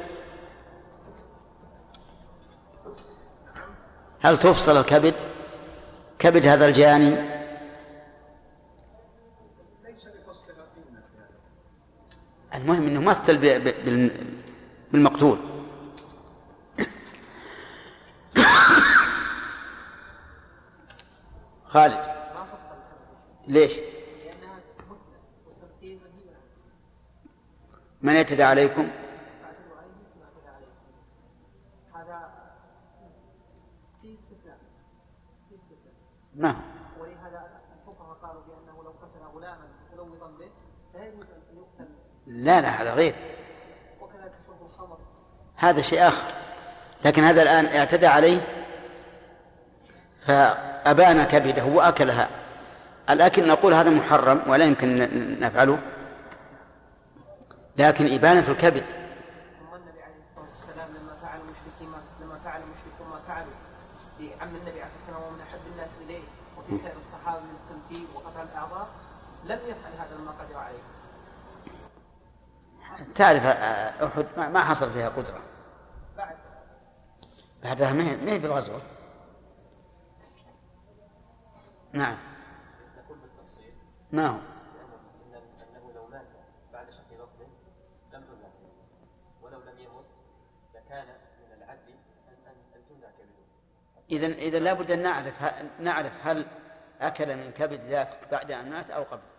S1: هل تفصل الكبد، كبد هذا الجاني؟ المهم أنه مثل بالمقتول. خالد. ليش؟ من يعتدى عليكم؟
S17: هذا في استثناء
S1: نعم.
S17: ولهذا الفقهاء قالوا بأنه لو قتل غلاما متلوثا به فلا يجوز أن يقتل.
S1: لا هذا غير،
S17: وكذلك شرب الخمر
S1: هذا شيء آخر. لكن هذا الآن اعتدى عليه فأبان كبده وأكلها. الأكل نقول هذا محرم ولا يمكن نفعله، لكن إبانة الكبد.
S17: ثم النبي عليه الصلاة والسلام لما فعل المشركون ما فعلوا بعم النبي عليه الصلاة والسلام ومن أحب الناس إليه وفي سائر الصحابة من التمثيل وقطع الأعضاء لم يفعل هذا ما قدر عليه.
S1: تعرف أحد ما حصل فيها قدرة بعدها، ما هي في الغزوة. نعم. ما هو
S10: أنه لو مات بعد شق بطنه لم تنزع كبده، ولو لم يمت لكان من العدل أن تنزع كبده.
S1: إذن لا بد أن نعرف هل أكل من كبد ذاك بعد أن مات أو قبل.